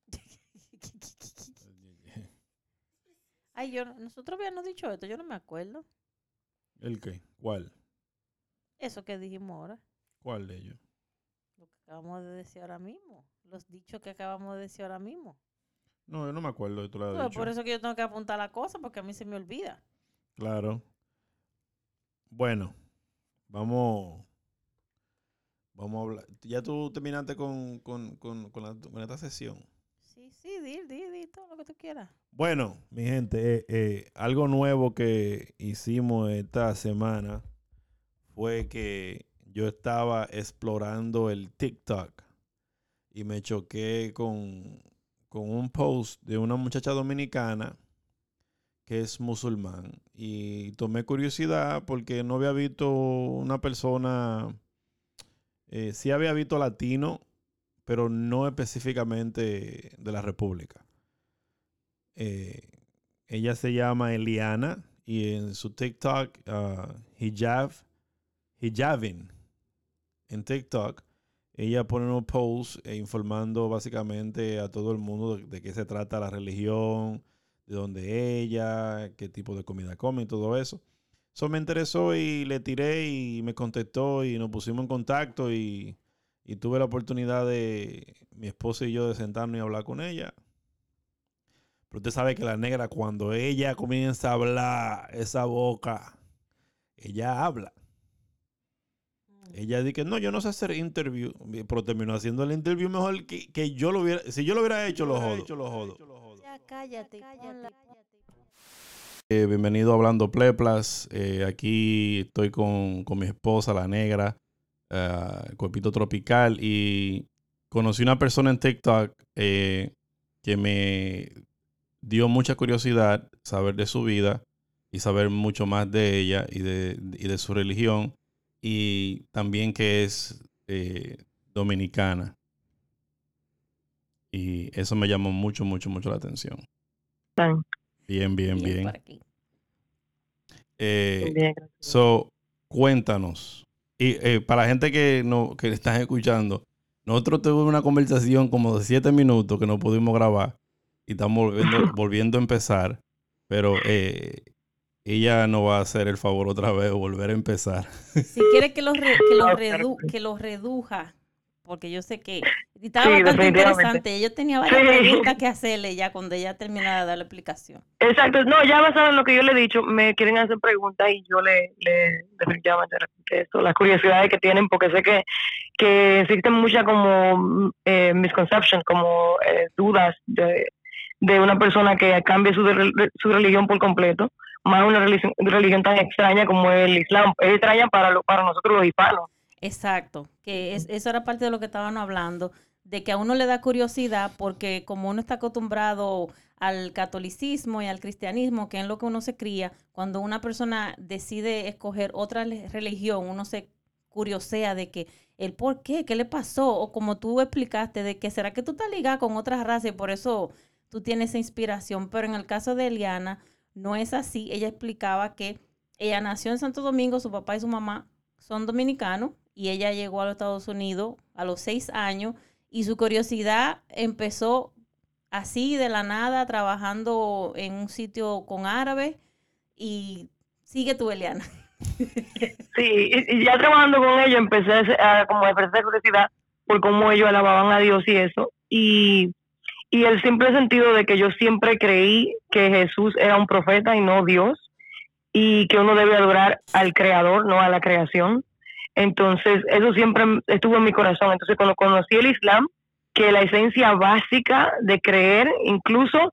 B: Ay, yo, nosotros habíamos dicho esto, yo no me acuerdo.
D: ¿El qué? ¿Cuál?
B: Eso que dijimos ahora,
D: ¿Cuál de ellos?
B: lo que acabamos de decir ahora mismo, los dichos que acabamos de decir ahora mismo.
D: No, yo no me acuerdo de tú lo has
B: Pues
D: dicho.
B: por eso que yo tengo que apuntar la cosa, porque a mí se me olvida.
D: Claro. Bueno, vamos, vamos a hablar. Ya tú terminaste con, con, con, con, la, con esta sesión.
B: Sí, sí, di, di, di todo lo que tú quieras.
D: Bueno, mi gente, eh, eh, algo nuevo que hicimos esta semana fue que yo estaba explorando el TikTok y me choqué con, con un post de una muchacha dominicana que es musulmán. Y tomé curiosidad porque no había visto una persona, eh, sí había visto latino, pero no específicamente de la República. Eh, ella se llama Eliana y en su TikTok, uh, hijab, hijabin, en TikTok, ella pone unos posts eh, informando básicamente a todo el mundo de, de qué se trata la religión, de dónde ella, qué tipo de comida come y todo eso. Eso me interesó y le tiré y me contestó y nos pusimos en contacto y, y tuve la oportunidad de mi esposa y yo de sentarnos y hablar con ella. Pero usted sabe que la negra, cuando ella comienza a hablar, esa boca, ella habla. Ella dice que no, yo no sé hacer interview, pero terminó haciendo el interview mejor que, que yo lo hubiera. Si yo lo hubiera hecho, lo jodo.
B: Ya cállate, cállate.
D: Eh, bienvenido a Hablando Pleplas. Eh, aquí estoy con, con mi esposa, la negra, uh, Cuerpito Tropical. Y conocí una persona en TikTok eh, que me dio mucha curiosidad saber de su vida y saber mucho más de ella y de, y de su religión. Y también que es eh, dominicana. Y eso me llamó mucho, mucho, mucho la atención. Bien, bien, bien.
B: por aquí.
D: Eh,
G: Bien, gracias.
D: so, cuéntanos. Y eh, para la gente que no que están escuchando, nosotros tuvimos una conversación como de siete minutos que no pudimos grabar y estamos volviendo, volviendo a empezar. Pero eh, ella no va a hacer el favor otra vez de volver a empezar.
B: Si quieres que los re- que los redu- que los reduja, porque yo sé que estaba
G: Sí,
B: bastante
G: definitivamente.
B: interesante. Yo tenía varias
G: Sí.
B: preguntas que hacerle ya cuando ella terminara de dar la explicación.
G: Exacto, no, ya basado en lo que yo le he dicho, me quieren hacer preguntas y yo le, le definitivamente le contesto las curiosidades que tienen, porque sé que, que existen muchas como eh, misconceptions, como eh, dudas de, de una persona que cambie su, de- su religión por completo más una religión, religión tan extraña como el Islam. Es extraña para, lo, para nosotros los hispanos.
B: Exacto, que es, eso era parte de lo que estábamos hablando, de que a uno le da curiosidad porque como uno está acostumbrado al catolicismo y al cristianismo, que es en lo que uno se cría, cuando una persona decide escoger otra le- religión, uno se curiosea de que el por qué, qué le pasó, o como tú explicaste, de que será que tú estás ligada con otras razas y por eso tú tienes esa inspiración. Pero en el caso de Eliana, no es así. Ella explicaba que ella nació en Santo Domingo, su papá y su mamá son dominicanos y ella llegó a los Estados Unidos a los seis años y su curiosidad empezó así de la nada trabajando en un sitio con árabes y sigue tú, Eliana.
G: Sí, y, y ya trabajando con ellos empecé a, hacer- a como a expresar curiosidad por cómo ellos alababan a Dios y eso. Y, y el simple sentido de que yo siempre creí que Jesús era un profeta y no Dios, y que uno debe adorar al creador, no a la creación. Entonces, eso siempre estuvo en mi corazón. Entonces, cuando conocí el Islam, que la esencia básica de creer, incluso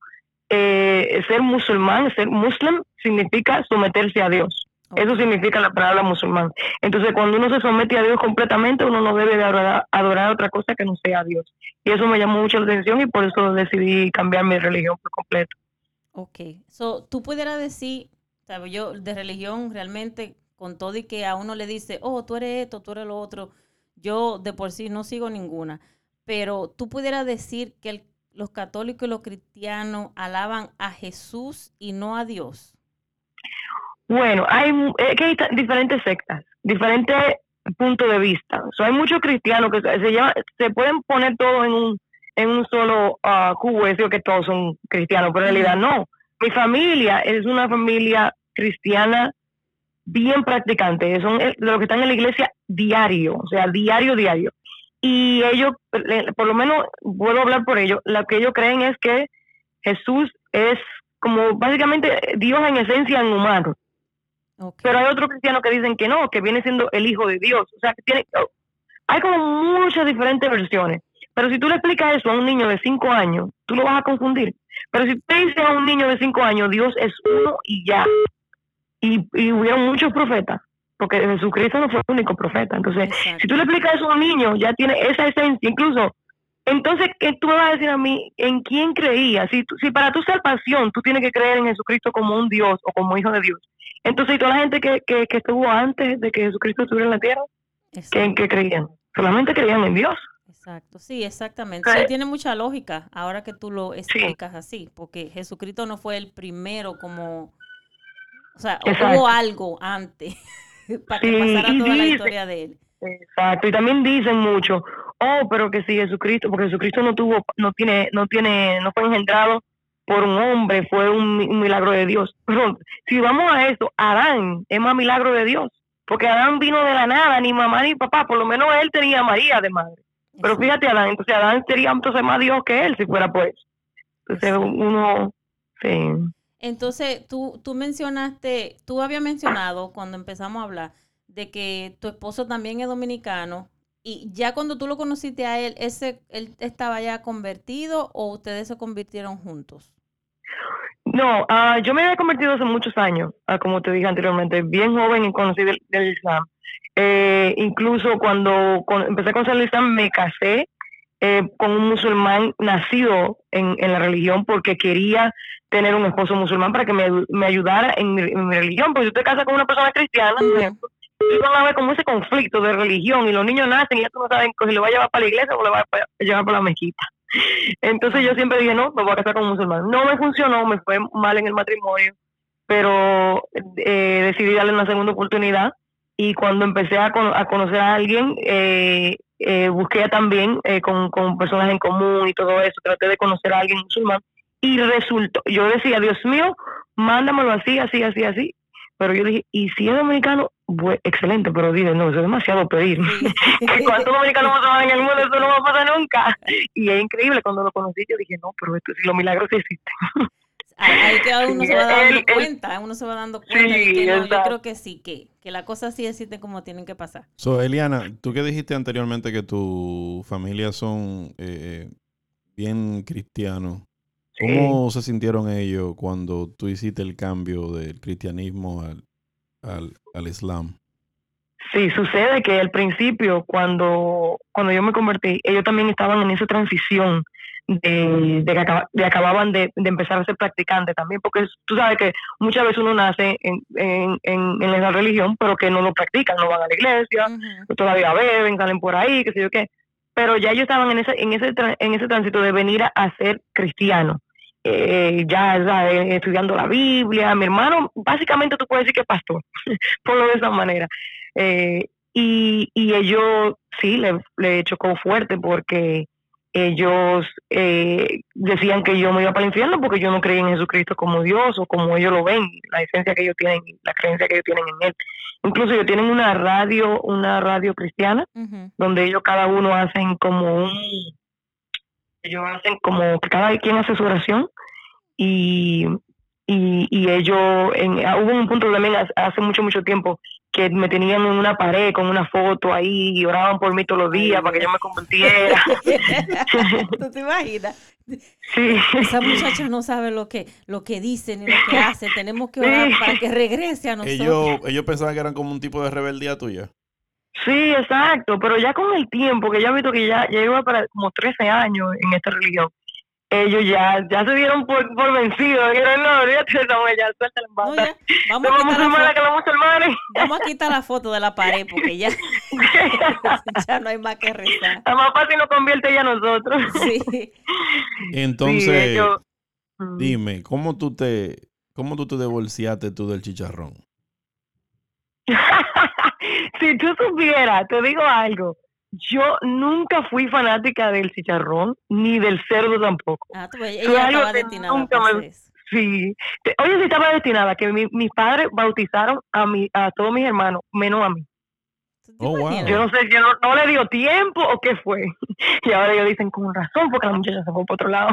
G: eh, ser musulmán, ser muslim, significa someterse a Dios. Eso significa la palabra musulmán. Entonces, cuando uno se somete a Dios completamente, uno no debe de adorar, adorar otra cosa que no sea a Dios. Y eso me llamó mucho la atención y por eso decidí cambiar mi religión por completo.
B: Ok, so, tú pudieras decir, ¿sabes? Yo de religión realmente, con todo y que a uno le dice, oh, tú eres esto, tú eres lo otro, yo de por sí no sigo ninguna, pero tú pudieras decir que el- los católicos y los cristianos alaban a Jesús y no a Dios.
G: Bueno, hay, mu- es que hay ta- diferentes sectas, diferentes puntos de vista. So, hay muchos cristianos que se, se llama- se pueden poner todo en un en un solo ah, cubo y decir que todos son cristianos, pero en realidad no. Mi familia es una familia cristiana bien practicante, son el- los que están en la iglesia diario, o sea, diario, diario. Y ellos, eh, por lo menos, puedo hablar por ellos, lo que ellos creen es que Jesús es como básicamente Dios en esencia en humano.
B: Ok.
G: Pero hay otros cristianos que dicen que no, que viene siendo el hijo de Dios. O sea, que tiene, hay como muchas diferentes versiones. Pero si tú le explicas eso a un niño de cinco años, tú lo vas a confundir. Pero si tú le dices a un niño de cinco años, Dios es uno y ya. Y, y hubieron muchos profetas, porque Jesucristo no fue el único profeta. Entonces,
B: Exacto.
G: si tú le explicas eso a un niño, ya tiene esa esencia. Incluso, entonces, ¿qué tú me vas a decir a mí? ¿En quién creías? Si, tú- si para tu salvación tú tienes que creer en Jesucristo como un Dios o como hijo de Dios. Entonces, ¿y toda la gente que, que, que estuvo antes de que Jesucristo estuviera en la tierra? ¿Qué, ¿En
B: Exacto.
G: qué creían? Solamente creían en Dios.
B: Exacto, sí, exactamente.
G: Eh,
B: Sí, tiene mucha lógica ahora que tú lo
G: Sí,
B: explicas así, porque Jesucristo no fue el primero como, o sea, o- hubo
G: exacto.
B: algo antes para que
G: Sí,
B: pasara
G: y
B: toda la
G: dice,
B: historia de él.
G: exacto, y también dicen mucho, oh, pero que si Jesucristo, porque Jesucristo no tuvo, no tiene, no tiene, no fue engendrado por un hombre, fue un, mi- un milagro de Dios. Pero si vamos a eso, Adán es más milagro de Dios, porque Adán vino de la nada, ni mamá ni papá, por lo menos él tenía a María de madre. Pero
B: Exacto,
G: fíjate, Adán, entonces Adán sería entonces más Dios que él si fuera por eso. Entonces
B: exacto.
G: uno, sí.
B: Entonces, tú, tú mencionaste, tú habías mencionado cuando empezamos a hablar de que tu esposo también es dominicano y ya cuando tú lo conociste a él, ese, él estaba ya convertido o ustedes se convirtieron juntos.
G: No, ah, yo me había convertido hace muchos años, ah, como te dije anteriormente, bien joven y conocí del, del Islam. Eh, incluso cuando con- empecé a conocer el Islam me casé eh, con un musulmán nacido en, en la religión porque quería tener un esposo musulmán para que me, ayu- me ayudara en mi, en mi religión. Porque si tú te casas con una persona cristiana, por
B: Ujú.
G: ejemplo, y van a ver como ese conflicto de religión y los niños nacen y ya tú no sabes si lo va a llevar para la iglesia o lo va a llevar para la mezquita. Entonces yo
B: Ajá.
G: siempre dije, no, me voy a casar con un musulmán. No me funcionó, me fue mal en el matrimonio, pero eh, decidí darle una segunda oportunidad y cuando empecé a, con- a conocer a alguien, eh, eh, busqué también eh, con, con personas en común y todo eso, traté de conocer a alguien musulmán y resultó, yo decía, Dios mío, mándamelo así, así, así, así, pero yo dije, y si es dominicano, pues, excelente, pero dije, no, eso es demasiado pedir.
B: Sí.
G: Que cuántos dominicanos vamos a ver en el mundo, eso no va a pasar nunca. Y es increíble, cuando lo conocí, yo dije, no, pero esto, si los milagros sí existen.
B: Ahí, ahí que
G: Sí,
B: uno se va
G: él,
B: dando
G: él,
B: cuenta, uno se va dando cuenta de
G: sí,
B: que no, yo
G: exacto.
B: creo que sí, que, que las cosas sí existen como tienen que pasar.
D: So, Eliana, tú que dijiste anteriormente que tu familia son eh, bien cristianos. ¿Cómo se sintieron ellos cuando tú hiciste el cambio del cristianismo al, al, al Islam?
G: Sí, sucede que al principio, cuando, cuando yo me convertí, ellos también estaban en esa transición de, de que acaba- de acababan de, de empezar a ser practicantes también, porque tú sabes que muchas veces uno nace en, en, en, en la religión, pero que no lo practican, no van a la iglesia,
B: Ujú.
G: todavía beben, salen por ahí, qué sé yo qué. Pero ya ellos estaban en ese, en ese, tra- en ese tránsito de venir a, a ser cristianos. Eh, ya ¿sabes? Estudiando la Biblia. Mi hermano, básicamente tú puedes decir que es pastor, ponlo de esa manera. Eh, y, y ellos sí le, le chocó fuerte porque ellos eh, decían que yo me iba para el infierno porque yo no creía en Jesucristo como Dios o como ellos lo ven, la esencia que ellos tienen, la creencia que ellos tienen en él. Incluso ellos tienen una radio, una radio cristiana,
B: Ujú.
G: donde ellos cada uno hacen como un, ellos hacen como que cada quien hace su oración y, y, y ellos, en, ah, hubo un punto también hace, hace mucho, mucho tiempo que me tenían en una pared con una foto ahí y oraban por mí todos los días
B: Ay,
G: para que
B: Dios.
G: yo me convirtiera.
B: ¿Tú te imaginas?
G: Sí.
B: Esa muchacha no sabe lo que, lo que dice ni lo que hace. Tenemos que orar
G: Sí.
B: para que regrese a nosotros.
D: Ellos, ellos pensaban que eran como un tipo de rebeldía tuya.
G: Sí, exacto, pero ya con el tiempo, que ya he visto que ya, ya lleva para como trece años en esta religión, ellos ya, ya se dieron por, por vencidos, dijeron, no, olvídate de esa mujer, ya suelta la
B: No,
G: bata.
B: ya, vamos a
G: Somos
B: quitar la
G: musulmanes
B: foto.
G: que los musulmanes.
B: Vamos a quitar la foto de la pared porque ya, ya no hay más que rezar.
G: La más fácil nos convierte ya a nosotros.
B: Sí.
D: Entonces,
G: Sí, ellos... Mm.
D: dime, ¿cómo tú te, cómo tú te divorciaste tú del chicharrón?
G: Si tú supieras, te digo algo. Yo nunca fui fanática del chicharrón ni del cerdo tampoco.
B: Ah, tú ves,
G: Fue
B: ella
G: algo
B: estaba
G: que
B: destinada
G: nunca
B: para
G: me-
B: hacer eso.
G: Sí. Te- Oye, sí estaba destinada que mi- mis padres bautizaron a mi, a todos mis hermanos, menos a mí.
B: ¿Tú te
D: Oh, wow.
B: imaginas?
G: Yo no sé si no, no le dio tiempo o qué fue. Y ahora ellos dicen con razón porque la muchacha se fue por otro lado.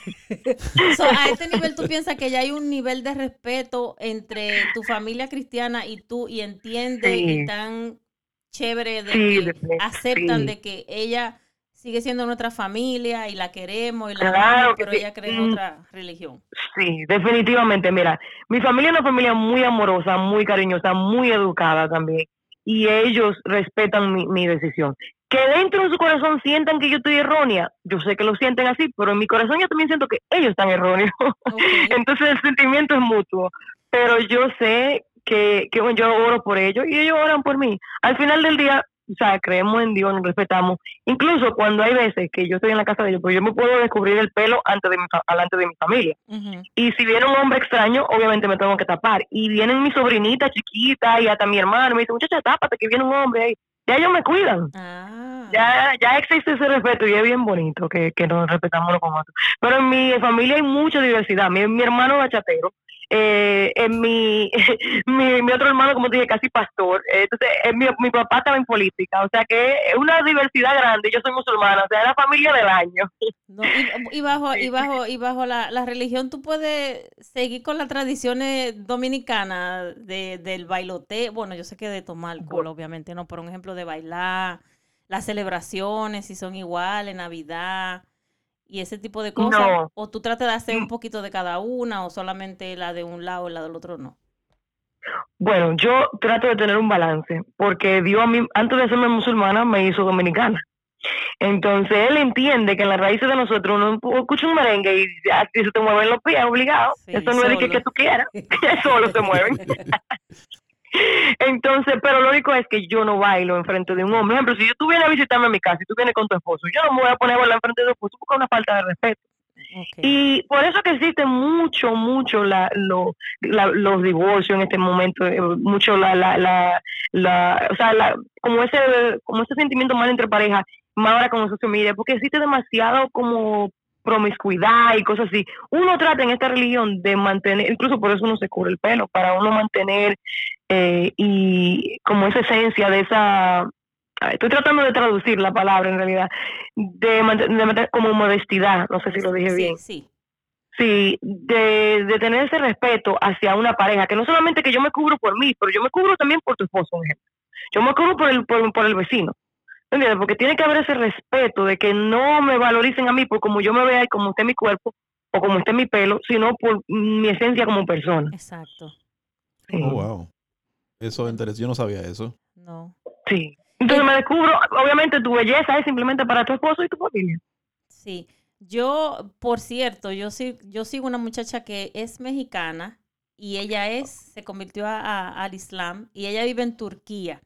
B: So, a este nivel tú piensas que ya hay un nivel de respeto entre tu familia cristiana y tú y entiende
G: Sí.
B: y tan chévere de
G: Sí,
B: que
G: de-
B: aceptan
G: sí.
B: de que ella sigue siendo nuestra familia y la queremos y la
G: Claro
B: amamos,
G: que
B: pero
G: sí.
B: ella cree en
G: Mm.
B: otra religión.
G: Sí, definitivamente. Mira, mi familia es una familia muy amorosa, muy cariñosa, muy educada también. Y ellos respetan mi, mi decisión. Que dentro de su corazón sientan que yo estoy errónea. Yo sé que lo sienten así, pero en mi corazón yo también siento que ellos están erróneos.
B: Ok.
G: Entonces el sentimiento es mutuo. Pero yo sé que, que bueno, yo oro por ellos y ellos oran por mí. Al final del día, o sea, creemos en Dios, nos respetamos. Incluso cuando hay veces que yo estoy en la casa de ellos, pues yo me puedo descubrir el pelo antes de mi, fa- delante de mi familia.
B: Ujú.
G: Y si viene un hombre extraño, obviamente me tengo que tapar. Y vienen mis sobrinitas chiquitas y hasta mi hermano. Me dice, muchacha, tápate que viene un hombre ahí. Ya ellos me cuidan.
B: Ah.
G: Ya, ya existe ese respeto y es bien bonito que, que nos respetamos uno con otro. Pero en mi familia hay mucha diversidad. Mi, mi hermano es bachatero. Eh, en mi, mi, mi otro hermano, como te dije, casi pastor. Eh, Entonces, eh, mi, mi papá estaba en política. O sea que es una diversidad grande. Yo soy musulmana. O sea, es la familia del año.
B: No, y, y bajo,
G: Sí.
B: y bajo, y bajo la, la religión tú puedes seguir con las tradiciones dominicanas de, del bailoteo. Bueno, yo sé que de tomar alcohol, obviamente, no, por un ejemplo de bailar, las celebraciones, si son iguales, Navidad y ese tipo de cosas.
G: No.
B: O tú tratas de hacer un
G: Mm.
B: poquito de cada una, o solamente la de un lado y la del otro no.
G: Bueno, yo trato de tener un balance, porque Dios a mí, antes de hacerme musulmana, me hizo dominicana. Entonces él entiende que en las raíces de nosotros uno escucha un merengue y ya si se te mueven los pies, obligado.
B: Sí,
G: Eso no es de que,
B: solo.
G: que tú quieras, que solo se mueven. Entonces, pero lo único es que yo no bailo enfrente de un hombre. Por ejemplo, si yo tú vienes a visitarme a mi casa y tú vienes con tu esposo, yo no me voy a poner a bailar enfrente de tu esposo porque es una falta de respeto.
B: Ok.
G: Y por eso que existe mucho, mucho la, lo, la- los divorcios en este momento, eh, mucho la, la, la, la o sea, la, como ese, como ese sentimiento mal entre parejas, más ahora con social media, porque existe demasiado como promiscuidad y cosas así. Uno trata en esta religión de mantener, incluso por eso uno se cubre el pelo, para uno mantener eh, y como esa esencia de esa, a ver, estoy tratando de traducir la palabra en realidad, de mantener, de mantener como modestidad, no sé si lo dije
B: Sí,
G: bien.
B: sí.
G: Sí, de, de tener ese respeto hacia una pareja, que no solamente que yo me cubro por mí, pero yo me cubro también por tu esposo, por ejemplo. Yo me cubro por el, por, por el vecino. ¿Entiendes? Porque tiene que haber ese respeto de que no me valoricen a mí por como yo me vea y como esté mi cuerpo, o como esté mi pelo, sino por mi esencia como persona.
B: Exacto.
G: Sí.
D: Oh, wow. Eso es interesante. Yo no sabía eso.
B: No.
G: Sí. Entonces
B: Eh,
G: me descubro, obviamente tu belleza es simplemente para tu esposo y tu familia.
B: Sí. Yo, por cierto, yo sí, yo sigo una muchacha que es mexicana y ella es, se convirtió a- a- al Islam y ella vive en Turquía.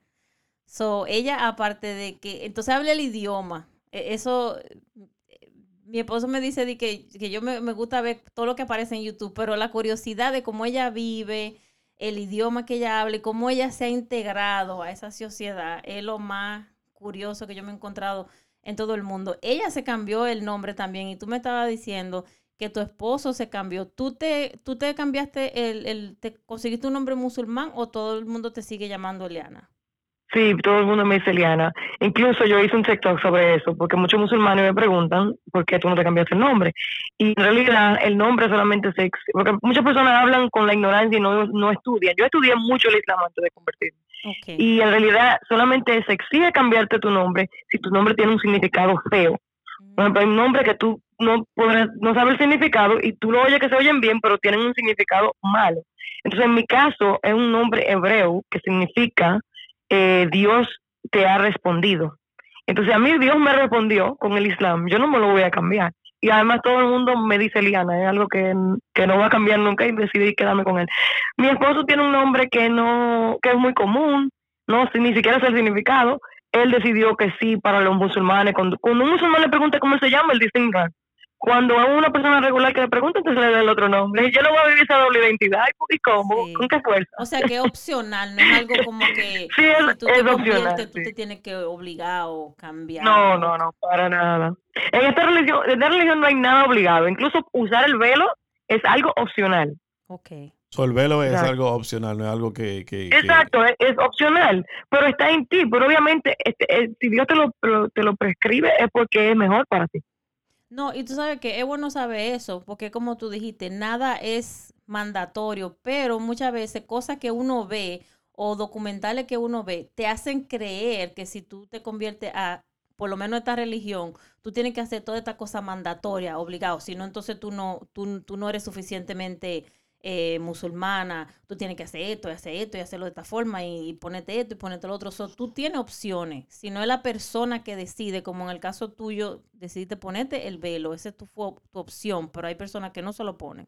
B: So, ella, aparte de que, entonces habla el idioma. E- Eso, eh, mi esposo me dice de que, que yo me, me gusta ver todo lo que aparece en YouTube, pero la curiosidad de cómo ella vive, el idioma que ella habla y cómo ella se ha integrado a esa sociedad es lo más curioso que yo me he encontrado en todo el mundo. Ella se cambió el nombre también y tú me estabas diciendo que tu esposo se cambió. ¿Tú te, tú te cambiaste, el, el, te conseguiste un nombre musulmán o todo el mundo te sigue llamando Eliana?
G: Sí, todo el mundo me dice Eliana. Incluso yo hice un TikTok sobre eso, porque muchos musulmanes me preguntan por qué tú no te cambiaste el nombre. Y en realidad el nombre solamente se... ex- Porque muchas personas hablan con la ignorancia y no, no estudian. Yo estudié mucho el Islam antes de convertirme.
B: Ok.
G: Y en realidad solamente se exige cambiarte tu nombre si tu nombre tiene un significado feo. Por ejemplo, hay un nombre que tú no podrás, no sabes el significado y tú lo oyes que se oyen bien, pero tienen un significado malo. Entonces, en mi caso, es un nombre hebreo que significa eh, Dios te ha respondido. Entonces, a mí Dios me respondió con el Islam. Yo no me lo voy a cambiar. Y además todo el mundo me dice Liana, es algo que, que no va a cambiar nunca y decidí quedarme con él. Mi esposo tiene un nombre que no que es muy común, no sé, ni siquiera sé el significado. Él decidió que sí para los musulmanes. Cuando, cuando un musulmán le pregunta cómo se llama, él dice Imran. Cuando a una persona regular que le pregunta, entonces le da el otro nombre. Yo no voy a vivir esa doble identidad. ¿Y cómo?
B: Sí.
G: ¿Con qué fuerza?
B: O sea, que es opcional, no es algo como que
G: Sí, es,
B: si tú
G: es
B: te
G: opcional.
B: conviertes, tú
G: Sí.
B: te tienes que obligar o cambiar.
G: No,
B: o-
G: no, no, para nada. En esta religión, en esta religión no hay nada obligado. Incluso usar el velo es algo opcional.
B: Ok.
D: So, el velo es
G: Exacto.
D: algo opcional, no es algo que... que, que-
G: Exacto, es, es opcional, pero está en ti. Pero obviamente, este, eh, si Dios te lo, lo- te lo prescribe, es porque es mejor para ti.
B: No, y tú sabes que es bueno saber eso, porque como tú dijiste, nada es mandatorio, pero muchas veces cosas que uno ve o documentales que uno ve te hacen creer que si tú te conviertes a, por lo menos esta religión, tú tienes que hacer toda esta cosa mandatoria, obligado, si no, entonces tú no, tú, tú no eres suficientemente eh, musulmana, tú tienes que hacer esto y hacer esto y hacerlo de esta forma y, y ponerte esto y ponerte lo otro. So, tú tienes opciones. Si no es la persona que decide, como en el caso tuyo, decidiste ponerte el velo, esa es tu, fu- tu opción, pero hay personas que no se lo ponen.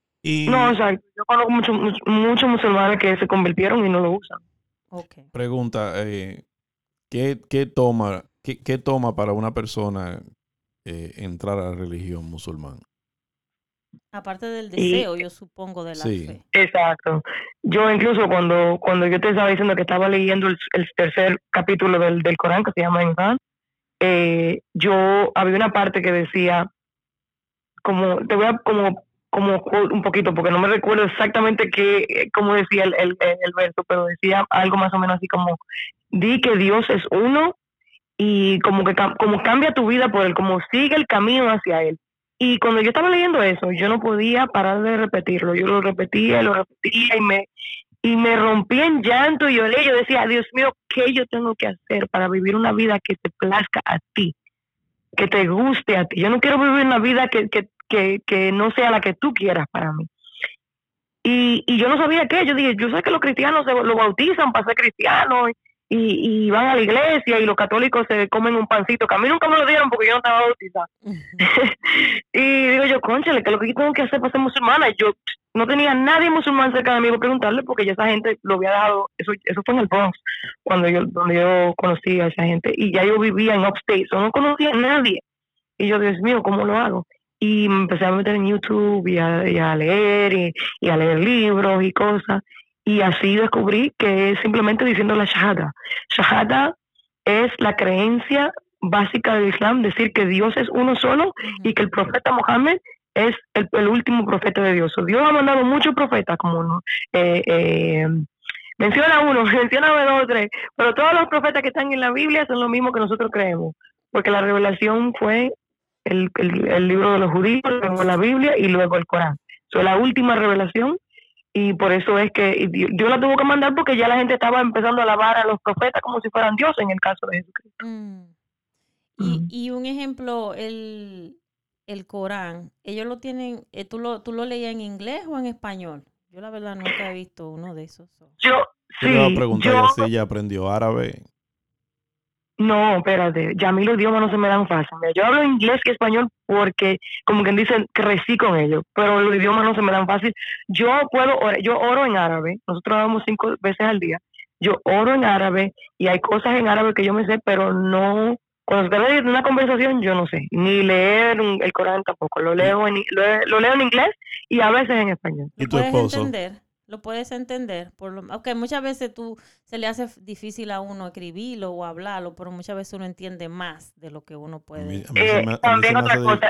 D: Y
G: No, exacto. Yo conozco muchos muchos muchos musulmanes que se convirtieron y no lo usan.
B: Ok.
D: pregunta, eh, ¿qué, qué toma, qué, qué toma para una persona eh, entrar a la religión musulmana?
B: Aparte del
G: Y
B: deseo, yo supongo, de la
D: Sí.
B: fe.
G: exacto. Yo incluso cuando cuando yo te estaba diciendo que estaba leyendo el, el tercer capítulo del, del Corán, que se llama Imran, eh, yo había una parte que decía, como, te voy a como, como un poquito, porque no me recuerdo exactamente qué, eh, cómo decía el, el, el verso, pero decía algo más o menos así como, di que Dios es uno y como que cam- como cambia tu vida por él, como sigue el camino hacia él. Y cuando yo estaba leyendo eso, yo no podía parar de repetirlo. Yo lo repetía, lo repetía y me y me rompí en llanto y lloré. Yo decía, Dios mío, ¿qué yo tengo que hacer para vivir una vida que te plazca a ti, que te guste a ti? Yo no quiero vivir una vida que, que, que, que no sea la que tú quieras para mí. Y, y yo no sabía qué. Yo dije, yo sé que los cristianos se lo bautizan para ser cristianos y, y van a la iglesia y los católicos se comen un pancito, que a mí nunca me lo dieron porque yo no estaba bautizada. Y digo yo, cónchale, ¿qué es lo que yo tengo que hacer para ser musulmana? Yo no tenía nadie musulmán cerca de mí para preguntarle porque ya esa gente lo había dejado, eso eso fue en el Bronx, cuando yo, donde yo conocí a esa gente, y ya yo vivía en Upstate, so no conocía a nadie. Y yo, Dios mío, ¿cómo lo hago? Y me empecé a meter en YouTube y a, y a leer y, y a leer libros y cosas. Y así descubrí que es simplemente diciendo la shahada. Shahada es la creencia básica del Islam, decir que Dios es uno solo y que el profeta Mohammed es el, el último profeta de Dios. So, Dios ha mandado muchos profetas, como ¿no? eh, eh, menciona uno, menciona dos o tres, pero todos los profetas que están en la Biblia son lo mismo que nosotros creemos, porque la revelación fue el, el, el libro de los judíos, luego la Biblia y luego el Corán. Fue la última revelación y por eso es que Dios, Dios la tuvo que mandar porque ya la gente estaba empezando a alabar a los profetas como si fueran dioses en el caso de Jesucristo.
B: Mm. Y,
G: Mm.
B: y un ejemplo, el, el Corán, ellos lo tienen, eh, ¿tú lo, tú lo leías en inglés o en español? Yo la verdad nunca he visto uno de esos. so.
G: Yo,
D: Yo le voy a
G: sí,
D: preguntar
G: yo,
D: ya si ella aprendió árabe.
G: no, espérate, ya a mí los idiomas no se me dan fácil. Mira, yo hablo inglés y español porque, como quien dice, crecí con ellos, pero los idiomas no se me dan fácil. Yo puedo, orar- yo oro en árabe, nosotros oramos cinco veces al día. Yo oro en árabe y hay cosas en árabe que yo me sé, pero no, cuando se trata de una conversación, yo no sé, ni leer un- el Corán tampoco. Lo
D: ¿Y,
G: leo en, lo, lo leo en inglés y a veces en español.
D: y
B: Lo
D: tu
B: puedes
D: esposo?
B: entender, lo puedes entender. Por lo, aunque muchas veces tú se le hace f- difícil a uno escribirlo o hablarlo, pero muchas veces uno entiende más de lo que uno
D: A mí,
B: puede.
D: a mí se
G: Eh,
D: me, a mí se
G: también
D: me
G: otra
D: hace... di-
G: cosa,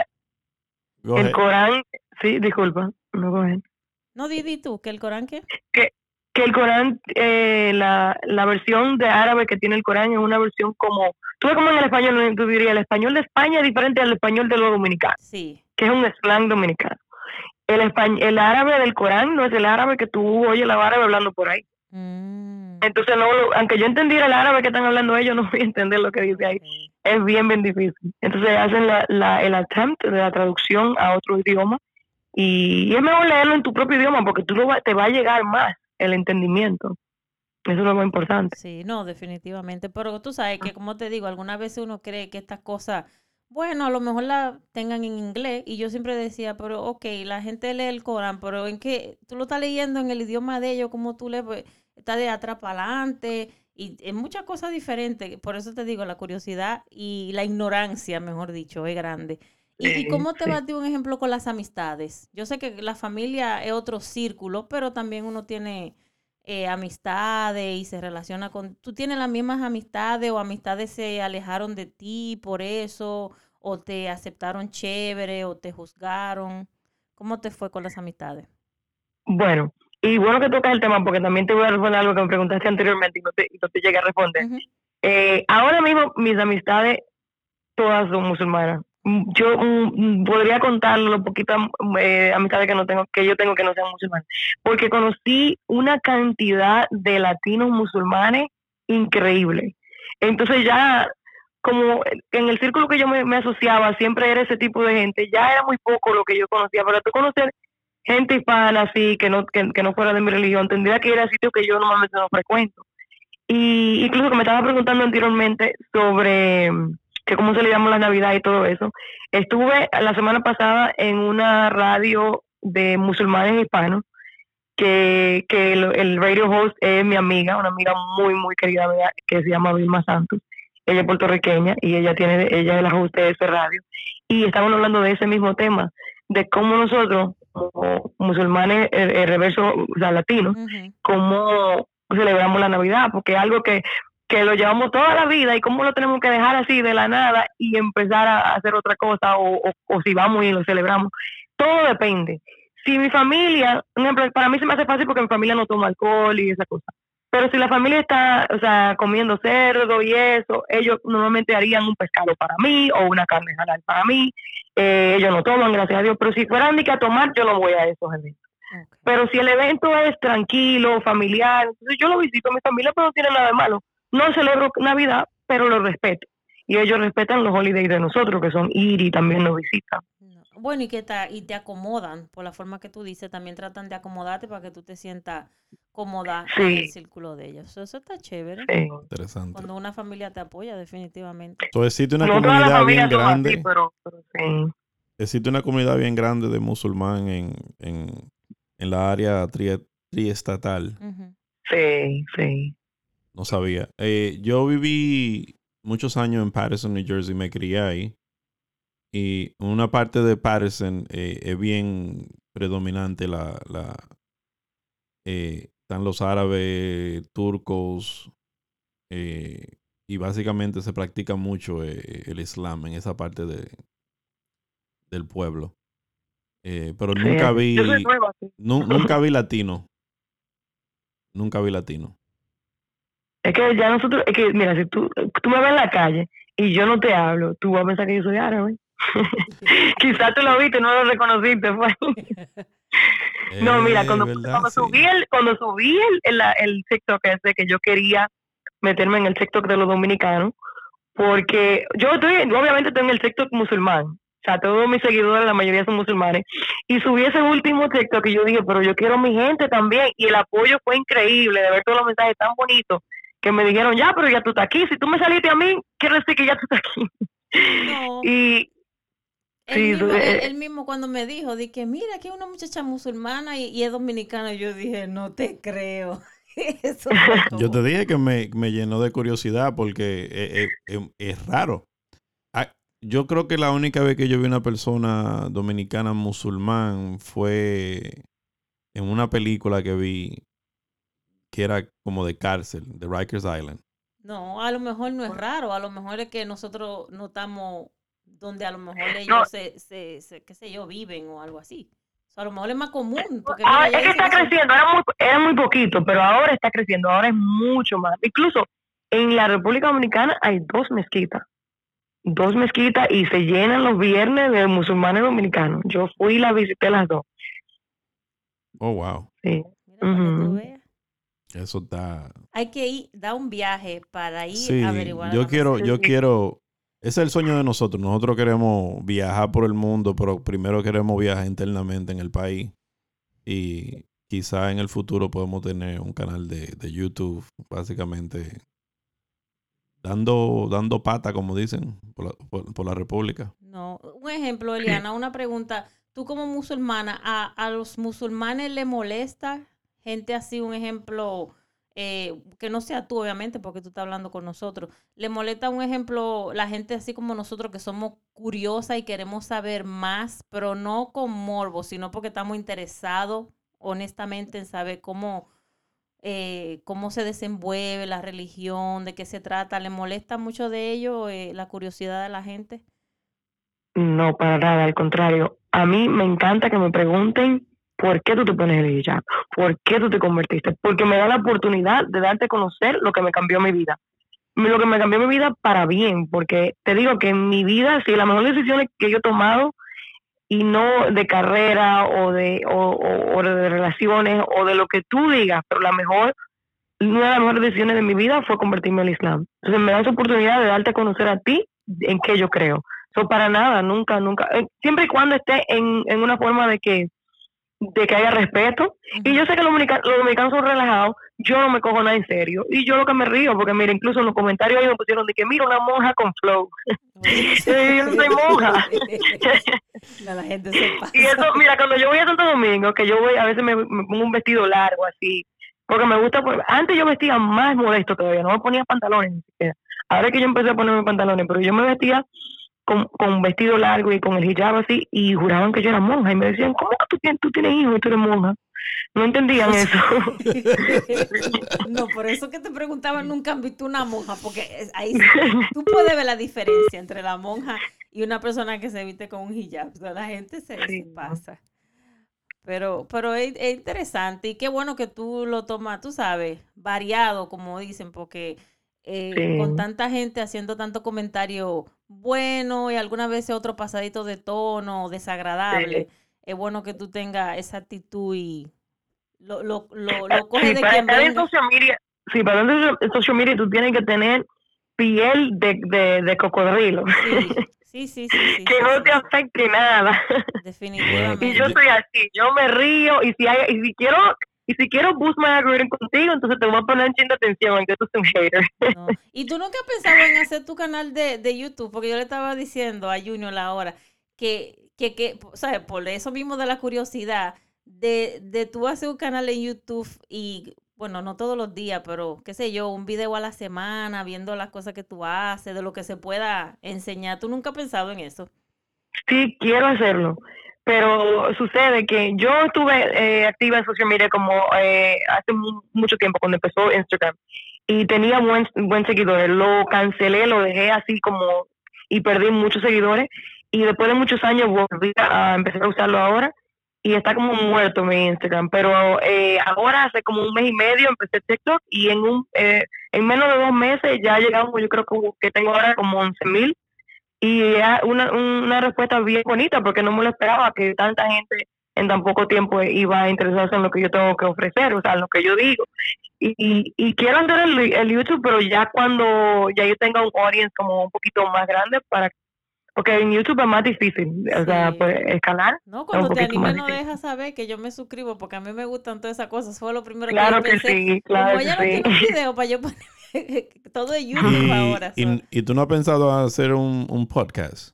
D: Go
G: el
D: ahead.
G: Corán, sí, disculpa, no go ahead.
B: No, Didi, tú, que el Corán qué?
G: que, que el Corán, eh, la, la versión de árabe que tiene el Corán es una versión como, tú ves como en el español, tú dirías, el español de España es diferente al español de los dominicanos,
B: Sí.
G: que es un slang dominicano. El, españ- el árabe del Corán no es el árabe que tú oyes el árabe hablando por ahí.
B: Mm,
G: Entonces, no, lo- aunque yo entendiera el árabe que están hablando ellos, no voy a entender lo que dice ahí.
B: ok.
G: Es bien, bien difícil. Entonces, hacen la, la, el attempt de la traducción a otro idioma y, y es mejor leerlo en tu propio idioma porque tú lo va- te va a llegar más el entendimiento. Eso es lo más importante.
B: Sí, no, definitivamente. Pero tú sabes que, como te digo, algunas veces uno cree que estas cosas, bueno, a lo mejor la tengan en inglés. Y yo siempre decía, pero ok, la gente lee el Corán, pero en qué tú lo estás leyendo en el idioma de ellos, como tú lees, pues, está de atrás para adelante. Y es muchas cosas diferentes. Por eso te digo, la curiosidad y la ignorancia, mejor dicho, es grande. ¿Y, y
G: Sí,
B: cómo te
G: sí.
B: va a dar un ejemplo con las amistades? Yo sé que la familia es otro círculo, pero también uno tiene eh, amistades y se relaciona con... ¿Tú tienes las mismas amistades o amistades se alejaron de ti por eso o te aceptaron chévere o te juzgaron? ¿Cómo te fue con las amistades?
G: Bueno, y bueno que tocas el tema porque también te voy a responder algo que me preguntaste anteriormente y no te, y no te llegué a responder.
B: Ujú.
G: Eh, ahora mismo mis amistades todas son musulmanas. Mm, Yo mm, podría contar lo poquitas eh, amistades que no tengo, que yo tengo que no sean musulmanas, porque conocí una cantidad de latinos musulmanes increíble. Entonces ya como en el círculo que yo me, me asociaba siempre era ese tipo de gente, ya era muy poco lo que yo conocía, pero tú conocer gente hispana así que no que, que no fuera de mi religión, tendría que ir a sitios que yo normalmente no frecuento. Y incluso que me estaba preguntando anteriormente sobre mm, que cómo celebramos la Navidad y todo eso. Estuve la semana pasada en una radio de musulmanes hispanos que, que el, el radio host es mi amiga, una amiga muy, muy querida mía, que se llama Vilma Santos. Ella es puertorriqueña y ella tiene, ella es la host de ese radio. Y estaban hablando de ese mismo tema, de cómo nosotros, como musulmanes, el, el reverso, o sea, latinos,
B: Ujú.
G: cómo celebramos la Navidad, porque es algo que, que lo llevamos toda la vida y cómo lo tenemos que dejar así de la nada y empezar a hacer otra cosa o, o, o si vamos y lo celebramos. Todo depende. Si mi familia, un ejemplo, para mí se me hace fácil porque mi familia no toma alcohol y esa cosa. Pero si la familia está, o sea, comiendo cerdo y eso, ellos normalmente harían un pescado para mí o una carne halal para mí. Eh, ellos no toman, gracias a Dios. Pero si fueran ni que a tomar, yo no voy a esos eventos.
B: Ok.
G: Pero si el evento es tranquilo, familiar, entonces yo lo visito a mi familia, pero no tiene nada de malo. No celebro Navidad, pero lo respeto. Y ellos respetan los holidays de nosotros, que son ir y también nos visitan.
B: No. Bueno, y que ta- y te acomodan, por la forma que tú dices, también tratan de acomodarte para que tú te sientas cómoda en el
G: Sí,
B: círculo de ellos. So, eso está chévere.
G: sí.
D: Interesante.
B: Cuando una familia te apoya, definitivamente.
D: So, existe una
G: No todas las
D: comunidad bien
G: familias son así,
D: grande.
G: pero, pero sí.
D: Existe una comunidad bien grande de musulmán en, en, en la área tri- triestatal.
B: Ujú.
G: Sí, sí.
D: No sabía. Eh, yo viví muchos años en Patterson, New Jersey. Me crié ahí. Y una parte de Patterson eh, es bien predominante la... la eh, están los árabes, turcos, eh, y básicamente se practica mucho eh, el Islam en esa parte de, del pueblo. Eh, pero
G: Sí.
D: nunca
G: Yo soy
D: vi,
G: nueva aquí.
D: nu- nunca vi latino. Nunca vi latino.
G: Es que ya nosotros, es que mira, si tú, tú me ves en la calle y yo no te hablo, tú vas a pensar que yo soy árabe. Quizás tú lo viste y no lo reconociste, pues. No, mira,
D: Eh,
G: cuando,
D: ¿verdad?
G: cuando
D: Sí.
G: subí el, cuando subí el, el, el TikTok ese que yo quería meterme en el TikTok de los dominicanos, porque yo estoy, obviamente estoy en el TikTok musulmán, sea, todos mis seguidores, la mayoría son musulmanes. Y subí ese último texto que yo dije, pero yo quiero a mi gente también. Y el apoyo fue increíble, de ver todos los mensajes tan bonitos, que me dijeron, ya, pero ya tú estás aquí. Si tú me saliste a mí, quiere decir que ya tú estás aquí.
B: No.
G: Y
B: Él,
G: sí,
B: mismo, él,
G: eh,
B: él mismo cuando me dijo, di que mira, aquí hay una muchacha musulmana y, y es dominicana, yo dije, no te creo. Eso fue como-
D: Yo te dije que me, me llenó de curiosidad porque es, es- es raro. Ah, yo creo que la única vez que yo vi una persona dominicana musulmán fue en una película que vi que era como de cárcel, de Rikers Island.
B: No, a lo mejor no es raro, a lo mejor es que nosotros no estamos donde a lo mejor ellos
G: No.
B: se, se, se, qué sé yo, viven o algo así. O sea, a lo mejor es más común. Porque
G: ah,
B: mira, ya
G: es que
B: dice
G: está
B: que son-
G: creciendo, era muy, era muy poquito, pero ahora está creciendo, ahora es mucho más. Incluso en la República Dominicana hay dos mezquitas, dos mezquitas y se llenan los viernes de musulmanes dominicanos. Yo fui y las visité las dos.
D: Oh, wow.
G: Sí.
B: Mira, para que tú
G: Ujú.
B: veas.
D: Eso está...
B: Hay que ir, da un viaje para ir
D: Sí,
B: a averiguar.
D: yo
B: la
D: quiero,
B: mezquita.
D: yo
G: Sí.
D: quiero... Ese es el sueño de nosotros. Nosotros queremos viajar por el mundo, pero primero queremos viajar internamente en el país. Y quizá en el futuro podemos tener un canal de, de YouTube, básicamente dando, dando pata, como dicen, por la, por, por la República.
B: No, un ejemplo, Eliana, una pregunta. Tú como musulmana, ¿a, a los musulmanes le molesta gente así, un ejemplo, eh, que no sea tú, obviamente, porque tú estás hablando con nosotros? ¿Le molesta, un ejemplo, la gente así como nosotros que somos curiosas y queremos saber más, pero no con morbo, sino porque estamos interesados, honestamente, en saber cómo, eh, cómo se desenvuelve la religión, de qué se trata? ¿Le molesta mucho de ello, eh, la curiosidad de la gente?
G: No, para nada, al contrario. A mí me encanta que me pregunten por qué tú te pones el hijab, por qué tú te convertiste, porque me da la oportunidad de darte a conocer lo que me cambió mi vida. Lo que me cambió mi vida para bien, porque te digo que en mi vida, sí, las mejores decisiones que yo he tomado, y no de carrera o de, o, o, o de relaciones o de lo que tú digas, pero la mejor, una de las mejores decisiones de mi vida fue convertirme al Islam. Entonces me da esa oportunidad de darte a conocer a ti en qué yo creo. So, para nada, nunca, nunca, eh, siempre y cuando esté en, en una forma de que de que haya respeto. Y yo sé que los dominicanos, los dominicanos son relajados, yo no me cojo nada en serio. Y yo lo que me río, porque mira, incluso en los comentarios ahí me pusieron de que mira una monja con flow. yo no soy monja.
B: No, la gente se pasa.
G: Y eso, mira, cuando yo voy a Santo Domingo, que yo voy, a veces me, me pongo un vestido largo así, porque me gusta, pues, antes yo vestía más modesto todavía, no me ponía pantalones ni siquiera. Ahora es que yo empecé a ponerme pantalones, pero yo me vestía con, con un vestido largo y con el hijab así, y juraban que yo era monja, y me decían, ¿cómo que tú tienes, tú tienes hijos y tú eres monja? No entendían eso.
B: No, por eso que te preguntaban, nunca han visto una monja, porque es- ahí sí, tú puedes ver la diferencia entre la monja y una persona que se viste con un hijab. O sea, la gente se,
G: Sí,
B: se
G: ¿no?
B: pasa. Pero, pero es, es interesante y qué bueno que tú lo tomas, tú sabes, variado, como dicen, porque eh,
G: Sí.
B: con tanta gente haciendo tanto comentario bueno y algunas veces otro pasadito de tono desagradable, es bueno que tú tengas esa actitud y lo, lo, lo, lo coges
G: Sí,
B: de
G: para
B: quien
G: estar en
B: venga.
G: social media, sí, para estar en social- en social media tú tienes que tener piel de, de, de cocodrilo.
B: Sí, sí, sí, sí, sí,
G: que
B: sí,
G: no
B: sí,
G: te
B: sí,
G: afecte nada.
B: definitivamente.
G: Y yo soy así, yo me río y si hay, y si quiero y si quiero boost my algorithm contigo, entonces te voy a poner un chin de atención, aunque tú seas un hater.
B: No. ¿Y tú nunca has pensado en hacer tu canal de, de YouTube? Porque yo le estaba diciendo a Junior la hora que, que, que ¿sabes? Por eso mismo de la curiosidad de, de tú hacer un canal en YouTube y, bueno, no todos los días, pero qué sé yo, un video a la semana, viendo las cosas que tú haces, de lo que se pueda enseñar. ¿Tú nunca has pensado en eso?
G: Sí, quiero hacerlo, pero sucede que yo estuve eh, activa en social media como eh, hace mu- mucho tiempo cuando empezó Instagram y tenía buen, buen seguidores. Lo cancelé, lo dejé así como y perdí muchos seguidores y después de muchos años volví a empezar a usarlo ahora y está como muerto mi Instagram, pero eh, ahora hace como un mes y medio empecé TikTok y en un eh, en menos de dos meses ya llegamos, yo creo que, que tengo ahora como once mil. Y es una, una respuesta bien bonita porque no me lo esperaba que tanta gente en tan poco tiempo iba a interesarse en lo que yo tengo que ofrecer, o sea, en lo que yo digo. Y, y, y quiero hacer el, el YouTube, pero ya cuando ya yo tenga un audience como un poquito más grande para, Porque en YouTube es más difícil, o sea,
B: Sí.
G: pues escalar.
B: No,
G: es un
B: cuando te
G: poquito más
B: animes no
G: difícil.
B: dejas saber que yo me suscribo porque a mí me gustan todas esas cosas. Fue lo primero que
G: Claro
B: yo
G: que
B: pensé.
G: sí,
B: Como
G: claro
B: ella no
G: que
B: tiene un
G: sí.
B: video para yo poner todo es YouTube
D: Y,
B: ahora. so.
D: y, y tú no has pensado hacer un, un podcast.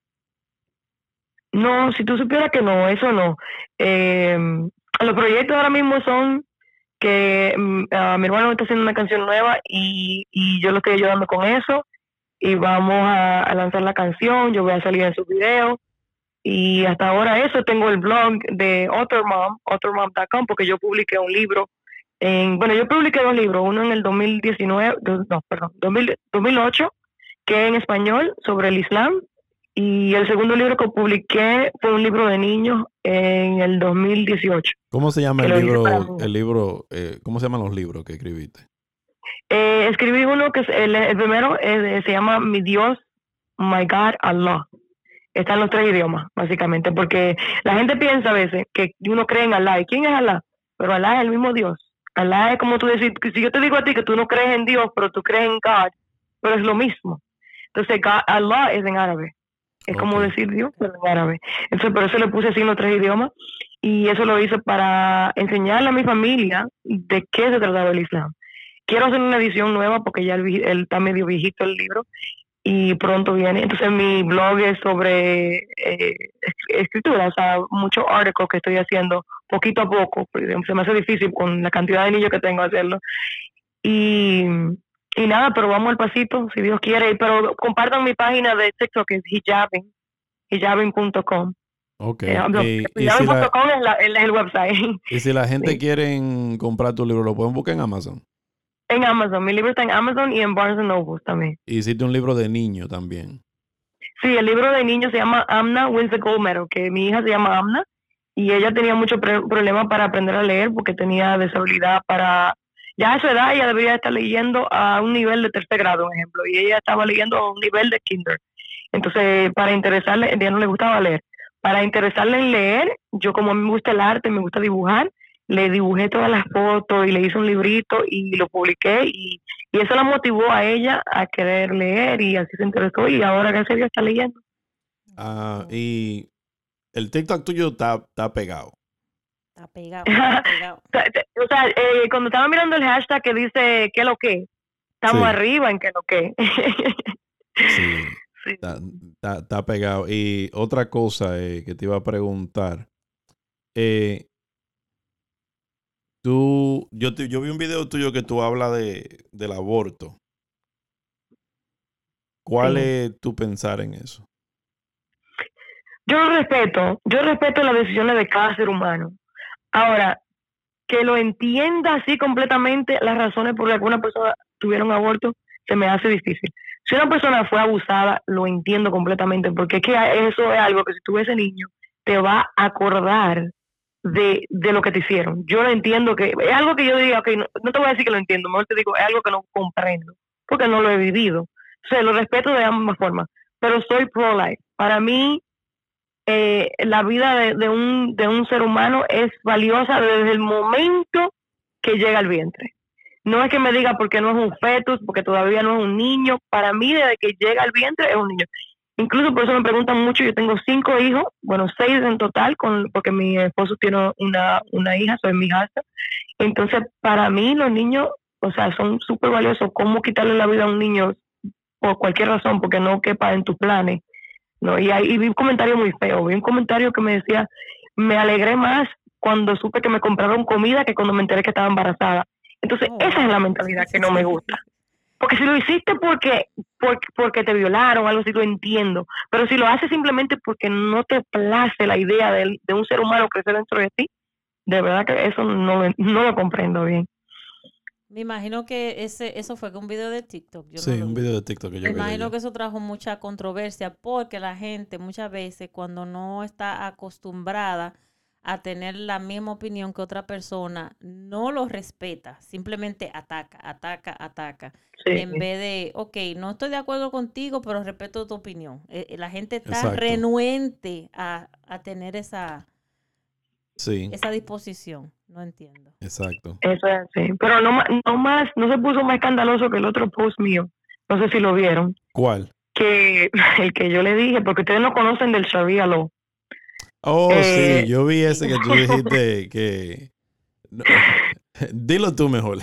G: No, si tú supieras que no, eso no. Eh, los proyectos ahora mismo son que mm, ah, mi hermano está haciendo una canción nueva y, y yo lo estoy ayudando con eso y vamos a, a lanzar la canción, yo voy a salir en sus videos y hasta ahora eso, tengo el blog de Author Mom, author mom punto com, porque yo publiqué un libro, en, bueno, yo publiqué dos libros, uno en el dos mil diecinueve, do- no, perdón, dos mil, dos mil ocho, que es en español sobre el Islam, y el segundo libro que publiqué fue un libro de niños en el dos mil dieciocho.
D: ¿Cómo se llama
G: Que
D: el
G: lo hice para
D: libro?
G: mí.
D: El libro eh, ¿Cómo se llaman los libros que escribiste?
G: Eh, escribí uno que es el, el primero eh, se llama Mi Dios, My God, Allah. Está en los tres idiomas, básicamente, porque la gente piensa a veces que uno cree en Allah. ¿Y quién es Allah? Pero Allah es el mismo Dios. Allah es como tú decir, que si yo te digo a ti que tú no crees en Dios, pero tú crees en God, pero es lo mismo. Entonces, God, Allah es en árabe. Es como
D: Ok.
G: decir Dios, pero en árabe. Entonces, por eso le puse así en los tres idiomas. Y eso lo hice para enseñarle a mi familia de qué se trataba el Islam. Quiero hacer una edición nueva porque ya el, vi- el- está medio viejito el libro y pronto viene. Entonces mi blog es sobre eh, es- escritura, o sea, muchos artículos que estoy haciendo poquito a poco, porque se me hace difícil con la cantidad de niños que tengo hacerlo. Y, y nada, pero vamos al pasito, si Dios quiere. Pero compartan mi página de TikTok, que es hijabin, hijabin punto com.
D: Ok.
G: Eh, no,
D: y, y si
G: hijabin punto
D: la,
G: com es, la- es el website.
D: y si la gente
G: Sí.
D: quiere comprar tu libro, lo pueden buscar en Amazon.
G: En Amazon, mi libro está en Amazon y en Barnes and Noble también.
D: Y hiciste un libro de niño también.
G: Sí, el libro de niños se llama Amna Wins the Gold Medal, que mi hija se llama Amna y ella tenía mucho pre- problema para aprender a leer porque tenía deshabilidad para... Ya a su edad ella debería estar leyendo a un nivel de tercer grado, por ejemplo, y ella estaba leyendo a un nivel de kinder. Entonces, para interesarle, a ella no le gustaba leer. Para interesarle en leer, yo como a mí me gusta el arte, me gusta dibujar, le dibujé todas las fotos y le hice un librito y lo publiqué y, y eso la motivó a ella a querer leer y así se interesó y ahora gracias a Dios está leyendo.
D: Ah, y el TikTok tuyo está, está pegado.
B: Está pegado, está pegado.
G: O sea, te- o sea, eh, cuando estaba mirando el hashtag que dice ¿qué lo que? Estamos
D: Sí.
G: arriba en ¿qué lo que?
D: Sí,
G: Sí.
D: está, está- está pegado. Y otra cosa eh, que te iba a preguntar. Eh, tú, yo, te- yo vi un video tuyo que tú hablas de, del aborto. ¿Cuál
G: Sí.
D: es tu pensar en eso?
G: Yo lo respeto, yo respeto las decisiones de cada ser humano. Ahora, que lo entienda así completamente las razones por las que una persona tuviera un aborto, se me hace difícil. Si una persona fue abusada, lo entiendo completamente, porque es que eso es algo que si tú ves ese niño, te va a acordar de, de lo que te hicieron. Yo lo entiendo, que es algo que yo diría, ok, no, no te voy a decir que lo entiendo, mejor te digo, es algo que no comprendo, porque no lo he vivido. O sea, lo respeto de ambas formas, pero soy pro-life. Para mí, eh, la vida de, de, un, de un ser humano es valiosa desde el momento que llega al vientre. No es que me diga porque no es un fetus, porque todavía no es un niño. Para mí, desde que llega al vientre, es un niño. Incluso por eso me preguntan mucho. Yo tengo cinco hijos, bueno, seis en total, con, porque mi esposo tiene una, una hija, soy mi hija. Entonces, para mí, los niños, o sea, son súper valiosos. ¿Cómo quitarle la vida a un niño por cualquier razón, porque no quepa en tus planes? No, y, ahí, y vi un comentario muy feo, vi un comentario que me decía, me alegré más cuando supe que me compraron comida que cuando me enteré que estaba embarazada. Entonces,
B: Oh,
G: esa es la
B: wow.
G: mentalidad que no me gusta. Porque si lo hiciste porque, porque, porque te violaron o algo así, lo entiendo. Pero si lo haces simplemente porque no te place la idea de, de un ser humano crecer dentro de ti, de verdad que eso no, lo- no lo comprendo bien.
B: Me imagino que ese, eso fue que un video de TikTok. Yo
D: Sí,
B: no lo
D: un
B: vi.
D: video de TikTok que yo
B: Me
D: vi de
B: imagino
D: ella.
B: que eso trajo mucha controversia porque la gente muchas veces cuando no está acostumbrada a tener la misma opinión que otra persona, no lo respeta, simplemente ataca, ataca, ataca.
G: Sí.
B: En vez de, ok, no estoy de acuerdo contigo, pero respeto tu opinión. Eh, eh, la gente está
D: Exacto.
B: renuente a, a tener esa,
D: Sí,
B: esa disposición. No entiendo.
D: exacto.
G: Eso es así. Pero no, ma- no más, no se puso más escandaloso que el otro post mío. No sé si lo vieron.
D: ¿Cuál?
G: que el que yo le dije, porque ustedes no conocen del Sharia law.
D: Oh,
G: Eh,
D: sí, yo vi ese que tú dijiste que... no, dilo tú mejor.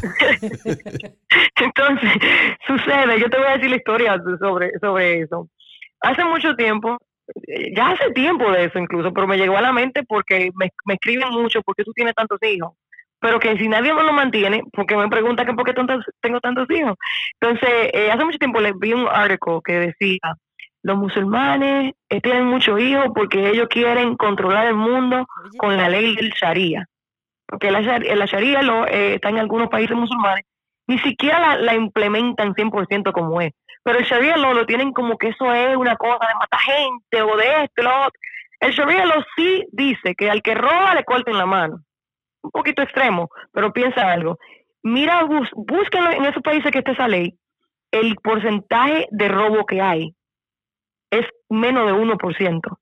G: Entonces, sucede, yo te voy a decir la historia sobre, sobre eso. Hace mucho tiempo, eh, ya hace tiempo de eso incluso, pero me llegó a la mente porque me, me escriben mucho, porque tú tienes tantos hijos. Pero que si nadie me lo mantiene, porque me pregunta que por qué tantos- tengo tantos hijos. Entonces, eh, hace mucho tiempo le vi un artículo que decía, los musulmanes eh, tienen muchos hijos porque ellos quieren controlar el mundo
B: Oye,
G: con la ley del Sharia. Porque la, shar- la Sharia lo, eh, está en algunos países musulmanes, ni siquiera la, la implementan cien por ciento como es. Pero el Sharia lo, lo tienen como que eso es una cosa de matar gente o de esto y lo otro. El Sharia lo sí dice que al que roba le corten la mano. Un poquito extremo, pero piensa algo. Mira, bus, búsquenlo en esos países que esté esa ley, el porcentaje de robo que hay es menos de uno por ciento.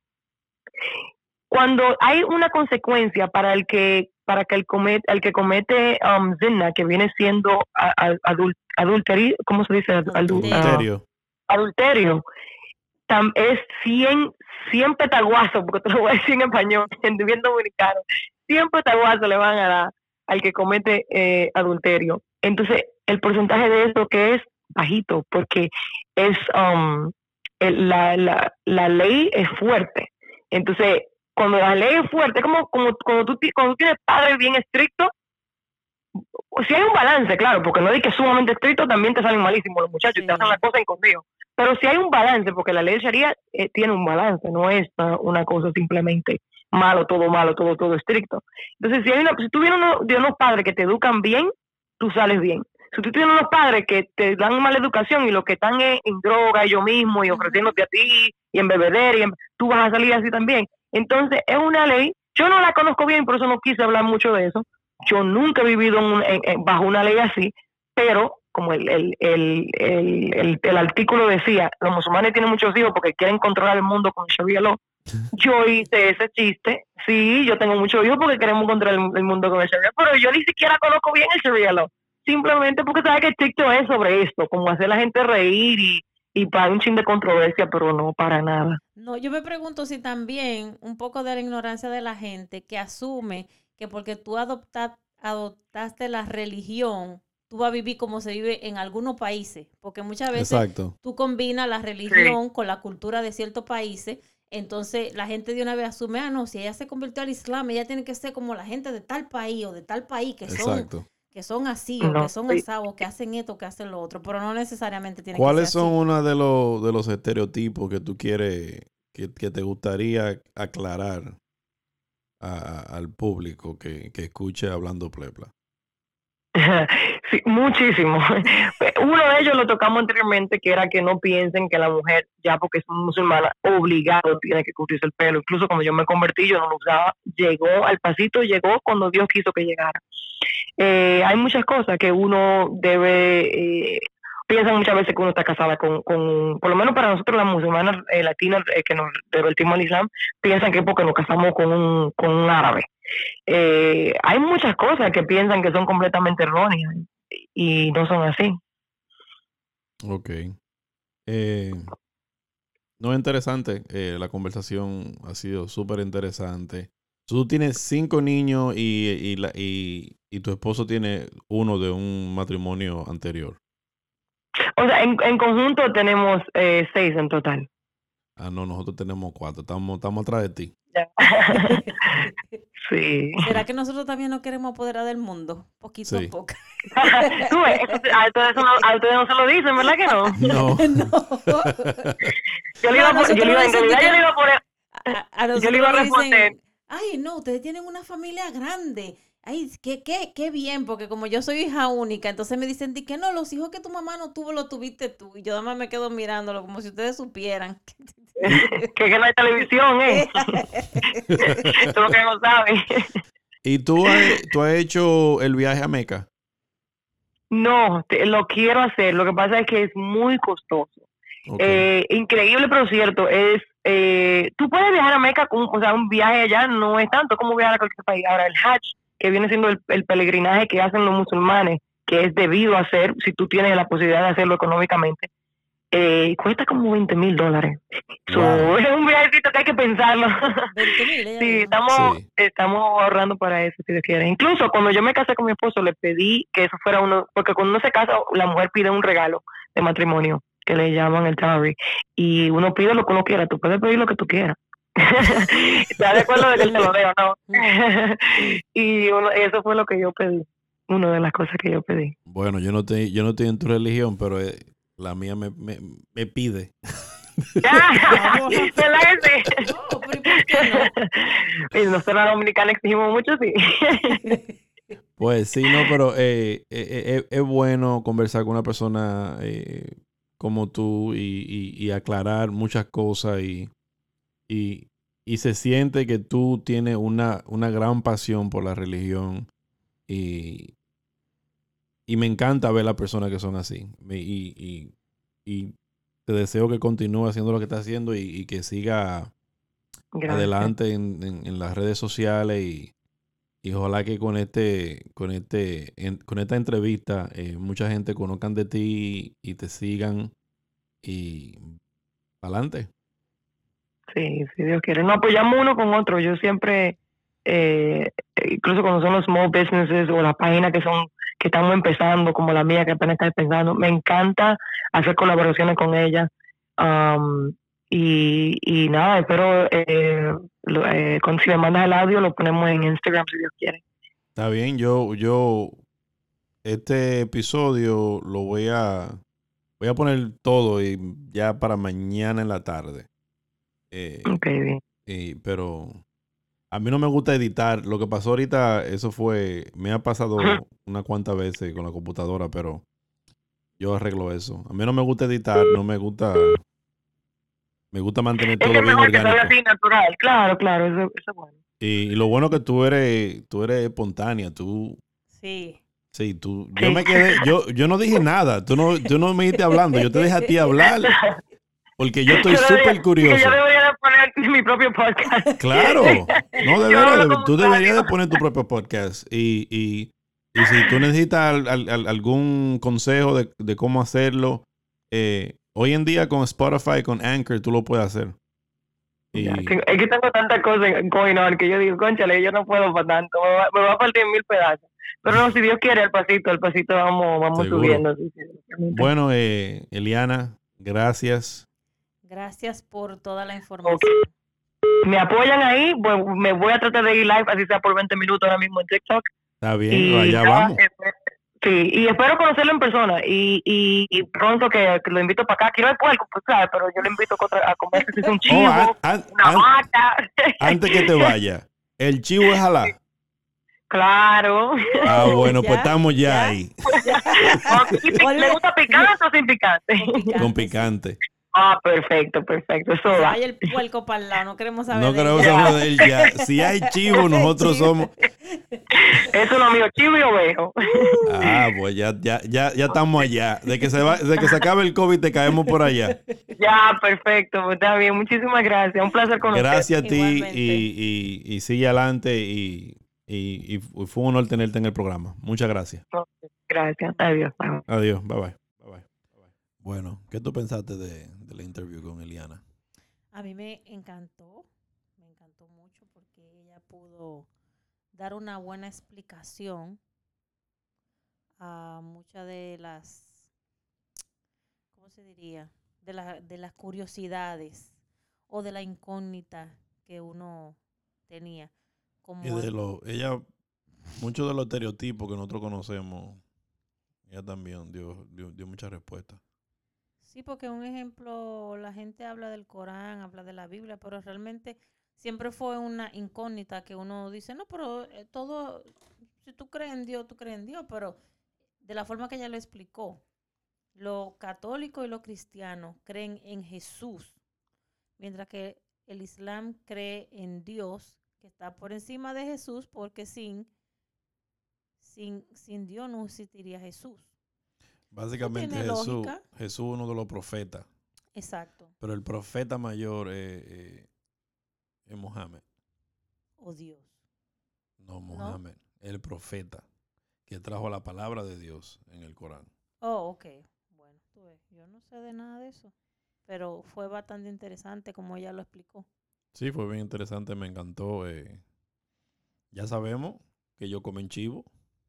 G: Cuando hay una consecuencia para el que para que el, comet, el que comete um, zina, que viene siendo a- a- adul, adulterio, ¿cómo se dice? Adul-
B: Adulterio.
G: ah,
D: Adulterio.
G: adulterio, tam- es cien, cien petaguazos, porque te lo voy a decir en español, en bien dominicano, cien petaguazos le van a dar al que comete eh, adulterio. Entonces, el porcentaje de eso que es bajito, porque es um, el- la, la, la ley es fuerte. Entonces, cuando la ley es fuerte, es como, como cuando, tú, ti- cuando tú tienes padres bien estrictos, si hay un balance, claro, porque no es que es sumamente estricto, también te salen malísimos los muchachos y te hacen
B: sí.
G: la cosa escondido. Pero si hay un balance, porque la ley de Sharia eh, tiene un balance, no es una, una cosa simplemente malo, todo malo, todo, todo estricto. Entonces, si, hay una, si tú vienes uno, de unos padres que te educan bien, tú sales bien. Si tú tienes unos padres que te dan mala educación y los que están en, en droga ellos mismos y
B: Ujú.
G: ofreciéndote a ti y en bebeder, y en, tú vas a salir así también. Entonces, es una ley, yo no la conozco bien, por eso no quise hablar mucho de eso. Yo nunca he vivido en un- en- en- bajo una ley así, pero como el, el, el, el, el, el artículo decía, los musulmanes tienen muchos hijos porque quieren controlar el mundo con Sharia law. Yo hice ese chiste, sí, yo tengo muchos hijos porque queremos controlar el, el mundo con el Sharia, pero yo ni siquiera conozco bien el Sharia law, simplemente porque sabes que el TikTok es sobre esto, como hacer a la gente reír y, y para un chin de controversia, pero no para nada.
B: No, yo me pregunto si también un poco de la ignorancia de la gente que asume que porque tú adopta- adoptaste la religión, tú vas a vivir como se vive en algunos países, porque muchas veces
D: Exacto.
B: tú combinas la religión con la cultura de ciertos países, entonces la gente de una vez asume, ah, no, si ella se convirtió al Islam, ella tiene que ser como la gente de tal país o de tal país que son
D: Exacto.
B: que son así o
G: No,
B: que son
G: sí.
B: asados, que hacen esto, que hacen lo otro, pero no necesariamente tiene que
D: ¿Cuáles
B: ser
D: son
B: así.
D: uno de los, de los estereotipos que tú quieres, que, que te gustaría aclarar a- a- al público que, que escuche Hablando Plepla?
G: Sí, muchísimo. Uno de ellos lo tocamos anteriormente, que era que no piensen que la mujer, ya porque es musulmana, obligado tiene que cubrirse el pelo. Incluso cuando yo me convertí, yo no lo usaba. Llegó al pasito, llegó cuando Dios quiso que llegara. Eh, hay muchas cosas que uno debe... Eh, piensan muchas veces que uno está casada con, con por lo menos para nosotros las musulmanas eh, latinas eh, que nos revertimos al Islam, piensan que es porque nos casamos con un, con un árabe. Eh, hay muchas cosas que piensan que son completamente erróneas y no son así.
D: Ok. Eh, no, es interesante. Eh, la conversación ha sido súper interesante. Tú tienes cinco niños y, y, la, y, y tu esposo tiene uno de un matrimonio anterior.
G: O sea, en, en conjunto tenemos eh, seis en total.
D: Ah, no, nosotros tenemos cuatro. Estamos, estamos atrás de ti.
G: Ya. Sí.
B: ¿Será que nosotros también nos queremos apoderar del mundo? Poquito
D: Sí.
B: a poco.
G: Tú ves, eso, a, ustedes no, a ustedes no se lo dicen, ¿verdad que no?
D: No.
B: No.
G: Yo le
B: No,
G: iba
B: a
G: a poner, yo
B: nosotros
G: le iba,
B: nos
G: en
B: dicen
G: realidad
B: que-
G: yo le iba a poner,
B: A, a
G: yo
B: nosotros
G: le iba a
B: nos
G: responder.
B: dicen, ay, no, ustedes tienen una familia grande. Ay, qué, qué, qué bien, porque como yo soy hija única, entonces me dicen di que no, los hijos que tu mamá no tuvo, los tuviste tú. Y yo nada más me quedo mirándolo como si ustedes supieran.
G: que, que no hay televisión, ¿eh? Eso es lo que no saben.
D: ¿Y tú has, tú has hecho el viaje a Meca?
G: No, te- lo quiero hacer. Lo que pasa es que es muy costoso.
D: Ok.
G: Eh, increíble, pero cierto. Es, eh, tú puedes viajar a Meca, con, o sea, un viaje allá no es tanto como viajar a cualquier país. Ahora, el Hajj, que viene siendo el, el peregrinaje que hacen los musulmanes, que es debido a hacer, si tú tienes la posibilidad de hacerlo económicamente, Eh, cuesta como veinte mil dólares. So,
D: Wow.
G: es un viajecito que hay que pensarlo.
B: veinte mil, ella
G: Sí,
B: dijo.
G: estamos,
D: Sí.
G: estamos ahorrando para eso, si Dios quiere. Incluso cuando yo me casé con mi esposo, le pedí que eso fuera uno, porque cuando uno se casa, la mujer pide un regalo de matrimonio, que le llaman el dowry, y uno pide lo que uno quiera, tú puedes pedir lo que tú quieras. ¿Estás de acuerdo de que él te lo dé o no? Y uno, eso fue lo que yo pedí, una de las cosas que yo pedí.
D: Bueno, yo no, te, yo no estoy en tu religión, pero eh, la mía me, me, me pide.
B: Vamos.
G: ¿Verdad que sí?
B: No, pero ¿y por qué no?
G: Y nosotros los dominicanos exigimos mucho, sí.
D: Pues sí, no, pero eh, eh, eh, es bueno conversar con una persona eh, como tú y, y- y aclarar muchas cosas y, y, y se siente que tú tienes una, una gran pasión por la religión y, y me encanta ver las personas que son así. Me- Y, y, y te deseo que continúe haciendo lo que está haciendo y, y que siga
G: Gracias.
D: adelante en, en- en las redes sociales y, y ojalá que con este, con este, en- con esta entrevista eh, mucha gente conozcan de ti y te sigan y adelante.
G: Sí, si Dios quiere. Nos apoyamos uno con otro. Yo siempre, eh, incluso cuando son los small businesses o las páginas que son que estamos empezando, como la mía que apenas está empezando, me encanta hacer colaboraciones con ellas. Um, y, y nada, espero, eh, lo- eh, cuando si me mandas el audio lo ponemos en Instagram si Dios quiere.
D: Está bien, yo, yo este episodio lo voy a, voy a poner todo y ya para mañana en la tarde. Eh,
G: Ok, bien.
D: y- pero a mí no me gusta editar. Lo que pasó ahorita, eso fue, me ha pasado unas cuantas veces con la computadora, pero yo arreglo eso. A mí no me gusta editar, no me gusta, me gusta mantener
G: Es que
D: todo
G: es
D: bien
G: mejor que salga
D: orgánico.
G: así, natural. Claro, claro, eso, eso es bueno.
D: Y, y lo bueno que tú eres, tú eres espontánea, tú,
B: Sí.
D: sí, tú, yo
G: Sí.
D: me quedé, yo, yo no dije nada, tú no, tú no me dijiste hablando, yo te dejé a ti hablar, porque yo estoy
G: Yo debería-
D: súper
G: Que
D: curioso.
G: yo debería de poner mi propio podcast.
D: Claro, no
G: Yo
D: deberías,
G: hablo
D: de-
G: como
D: tú
G: un
D: deberías de
G: sabio.
D: poner tu propio podcast y, y, y si tú necesitas al- al- al- algún consejo de, de cómo hacerlo, eh, hoy en día con Spotify, con Anchor, tú lo puedes hacer.
G: Ya,
D: Y
G: tengo- es que tengo tantas cosas going on que yo digo, conchale, yo no puedo para tanto, me va, me va a partir en mil pedazos. Pero no, si Dios quiere, al pasito, al pasito vamos, vamos
D: Seguro.
G: subiendo. Sí, sí, sí.
D: bueno, eh, Eliana, gracias.
B: Gracias por toda la
G: Ok.
B: información.
G: Me apoyan ahí, pues, me voy a tratar de ir live, así sea por veinte minutos ahora mismo en TikTok.
D: Está bien,
G: Y
D: allá
G: nada,
D: vamos.
G: espero- sí, y espero conocerlo en persona. Y, y, y pronto que, que lo invito para acá. Quiero el puerco, pues, ¿sabes? Pero yo lo invito a, contra- a comer si es un chivo,
D: Oh, an- an-
G: una
D: an-
G: vaca.
D: antes que te vaya, el chivo es jalá.
G: Claro.
D: Ah, bueno, pues
B: Ya,
D: estamos ya,
B: ya.
D: ahí,
G: Ok, ¿y pi- ¿Le gusta picante o sin picante?
B: Con picante.
D: con
B: sí.
D: picante.
G: Ah, perfecto, perfecto. Eso
B: Que se
G: va.
B: vaya el puerco para el lado, no queremos saber
D: No
B: de
D: queremos
B: ella.
D: saber de él ya. Si hay chivo, nosotros
B: Chivo.
D: somos.
G: Eso es lo mío, chivo y ovejo.
D: Ah, pues ya, ya, ya, ya estamos allá. De que se va, de que se acabe el COVID, te caemos por allá.
G: Ya, perfecto. Pues está bien. Muchísimas gracias. Un placer conocerte.
D: Gracias a ti
B: Igualmente.
D: y, y, y sigue adelante y, y, y fue un honor tenerte en el programa. Muchas gracias.
G: Gracias. Adiós. Bye.
D: Adiós. Bye bye. Bye bye. Bueno, ¿qué tú pensaste de, de la interview con Eliana?
B: A mí me encantó, me encantó mucho porque ella pudo dar una buena explicación a muchas de las, ¿cómo se diría? De, la, de las curiosidades o de la incógnita que uno tenía. Como
D: Y de lo, ella, muchos de los estereotipos que nosotros conocemos, ella también dio, dio, dio muchas respuestas.
B: Sí, porque un ejemplo, la gente habla del Corán, habla de la Biblia, pero realmente siempre fue una incógnita que uno dice, no, pero eh, todo, si tú crees en Dios, tú crees en Dios, pero de la forma que ella lo explicó, los católicos y los cristianos creen en Jesús, mientras que el Islam cree en Dios, que está por encima de Jesús, porque sin, sin, sin Dios no existiría Jesús.
D: Básicamente
B: tiene
D: Jesús,
B: lógica.
D: Jesús es uno de los profetas,
B: Exacto.
D: pero el profeta mayor es, es, es Mohammed.
B: O Dios.
D: No, Mohammed, el profeta que trajo la palabra de Dios en el Corán.
B: Oh, ok. Bueno. Tú ves, yo no sé de nada de eso. Pero fue bastante interesante como ella lo explicó.
D: Sí, fue bien interesante, me encantó. eh. Ya sabemos que ellos comen chivo,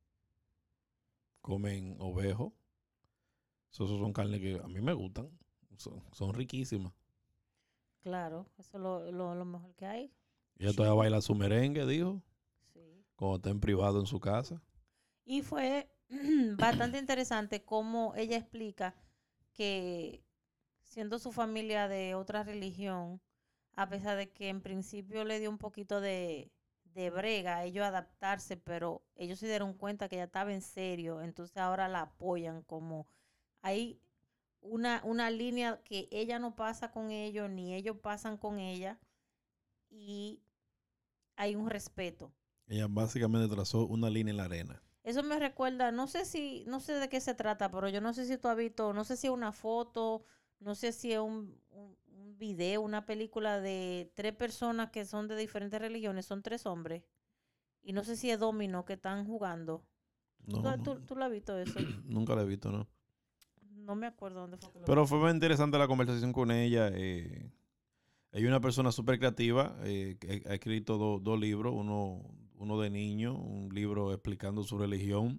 D: comen ovejo. Esos son carnes que a mí me gustan. Son, son riquísimas.
B: Claro, eso es lo, lo, lo mejor que hay.
D: Ella todavía baila su merengue, dijo,
B: Sí.
D: cuando está en privado en su casa.
B: Y fue bastante interesante cómo ella explica que siendo su familia de otra religión, a pesar de que en principio le dio un poquito de, de brega a ellos adaptarse, pero ellos se dieron cuenta que ella estaba en serio, entonces ahora la apoyan como hay una, una línea que ella no pasa con ellos, ni ellos pasan con ella, y hay un respeto.
D: Ella básicamente trazó una línea en la arena.
B: Eso me recuerda, no sé si, no sé de qué se trata, pero yo no sé si tú has visto, no sé si es una foto, no sé si es un, un, un video, una película de tres personas que son de diferentes religiones, son tres hombres. Y no sé si es domino que están jugando.
D: No,
B: ¿Tú,
D: no,
B: tú, tú lo has visto eso?
D: nunca la he visto, ¿no?
B: No me acuerdo dónde fue que lo
D: Pero
B: vi.
D: fue muy interesante la conversación con ella. Eh, ella es una persona súper creativa. Eh, que ha escrito do- dos libros, uno, uno de niño, un libro explicando su religión.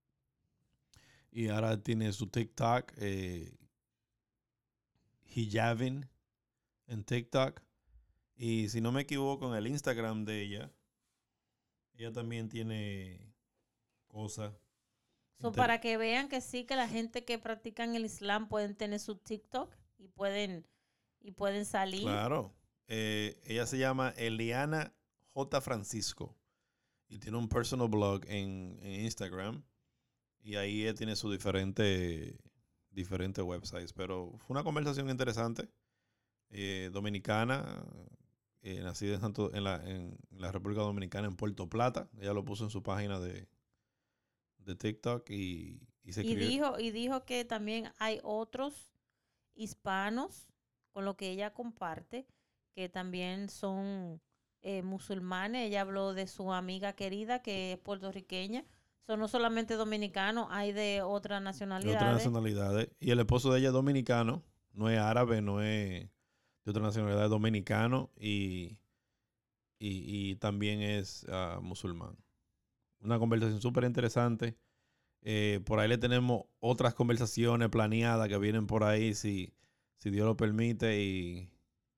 D: Y ahora tiene su TikTok, eh, Hijabin, en TikTok. Y si no me equivoco, en el Instagram de ella, ella también tiene cosas.
B: So,
D: inter-
B: para que vean que sí, que la gente que practican el Islam pueden tener su TikTok y pueden, y pueden salir.
D: Claro. Eh, ella se llama Eliana J. Francisco y tiene un personal blog en, en Instagram y ahí ella tiene sus diferentes diferentes websites. Pero fue una conversación interesante. Eh, dominicana, eh, nacida en, Santo, en, la, en la República Dominicana, en Puerto Plata. Ella lo puso en su página de, de TikTok y, y se
B: Y
D: escribió.
B: dijo, y dijo que también hay otros hispanos con lo que ella comparte, que también son eh, musulmanes. Ella habló de su amiga querida que es puertorriqueña. Son no solamente dominicanos, hay de otras
D: de
B: nacionalidades.
D: otras nacionalidades. Y el esposo de ella es dominicano, no es árabe, no es de otra nacionalidad, es dominicano y, y, y también es uh, musulmán. Una conversación súper interesante. Eh, por ahí le tenemos otras conversaciones planeadas que vienen por ahí, si, si Dios lo permite. Y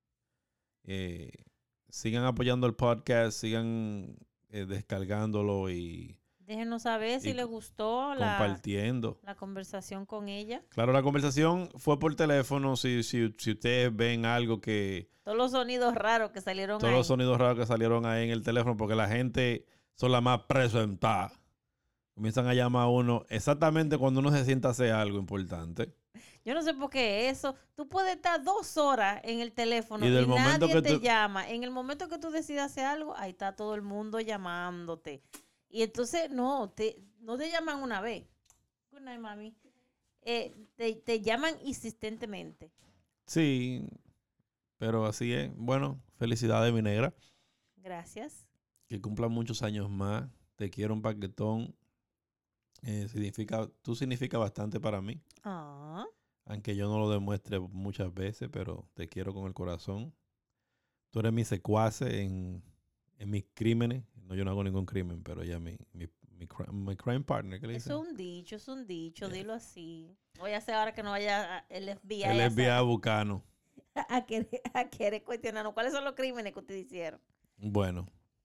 D: eh, sigan apoyando el podcast, sigan eh, descargándolo y
B: Déjenos saber si
D: y
B: les gustó la,
D: compartiendo.
B: la conversación con ella.
D: Claro, la conversación fue por teléfono. Si, si, si ustedes ven algo que...
B: Todos los sonidos raros que salieron
D: Todos
B: ahí.
D: los sonidos raros que salieron ahí en el teléfono, porque la gente son las más presentadas. Comienzan a llamar a uno exactamente cuando uno se sienta a hacer algo importante.
B: Yo no sé por qué eso. Tú puedes estar dos horas en el teléfono
D: Y
B: y,
D: del momento
B: nadie
D: que
B: te
D: tú-
B: llama. En el momento que tú decidas hacer algo, ahí está todo el mundo llamándote. Y entonces, no, te, no te llaman una vez. Good night, mami. Eh, te, te llaman insistentemente.
D: Sí, pero así es. Bueno, felicidades, mi negra.
B: Gracias.
D: Que cumplan muchos años más. Te quiero un paquetón. Eh, significa, tú significas bastante para mí.
B: Ah,
D: Aunque yo no lo demuestre muchas veces, pero te quiero con el corazón. Tú eres mi secuace en, en mis crímenes. No, yo no hago ningún crimen, pero ella mi, mi, mi, cri- mi crime partner, ¿qué le dicen?
B: eso es un dicho, es un dicho,
D: Yeah.
B: dilo así. Voy a hacer ahora que no vaya a- el F B I,
D: El
B: a,
D: F B I
B: sa-
D: bucano.
B: a querer, a querer cuestionarnos cuáles son los crímenes que ustedes hicieron.
D: Bueno,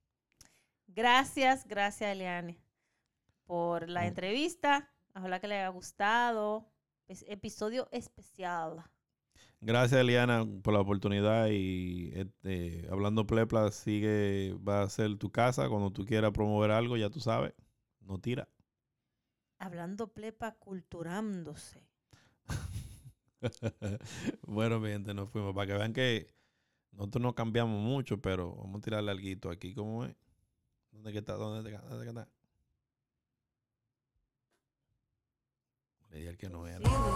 B: Gracias, gracias, Eliane, por la
D: Mm.
B: entrevista. Ojalá que le haya gustado. Es episodio especial.
D: gracias Eliana por la oportunidad y este, Hablando Plepla sigue, va a ser tu casa cuando tú quieras promover algo, ya tú sabes, no tira.
B: Hablando plepa, culturándose.
D: Bueno, mi gente, nos fuimos para que vean que nosotros no cambiamos mucho, pero vamos a tirarle alguito aquí, ¿cómo es? ¿Dónde que está? ¿Dónde que- dónde que está? Le dije al que no era.
B: Sí,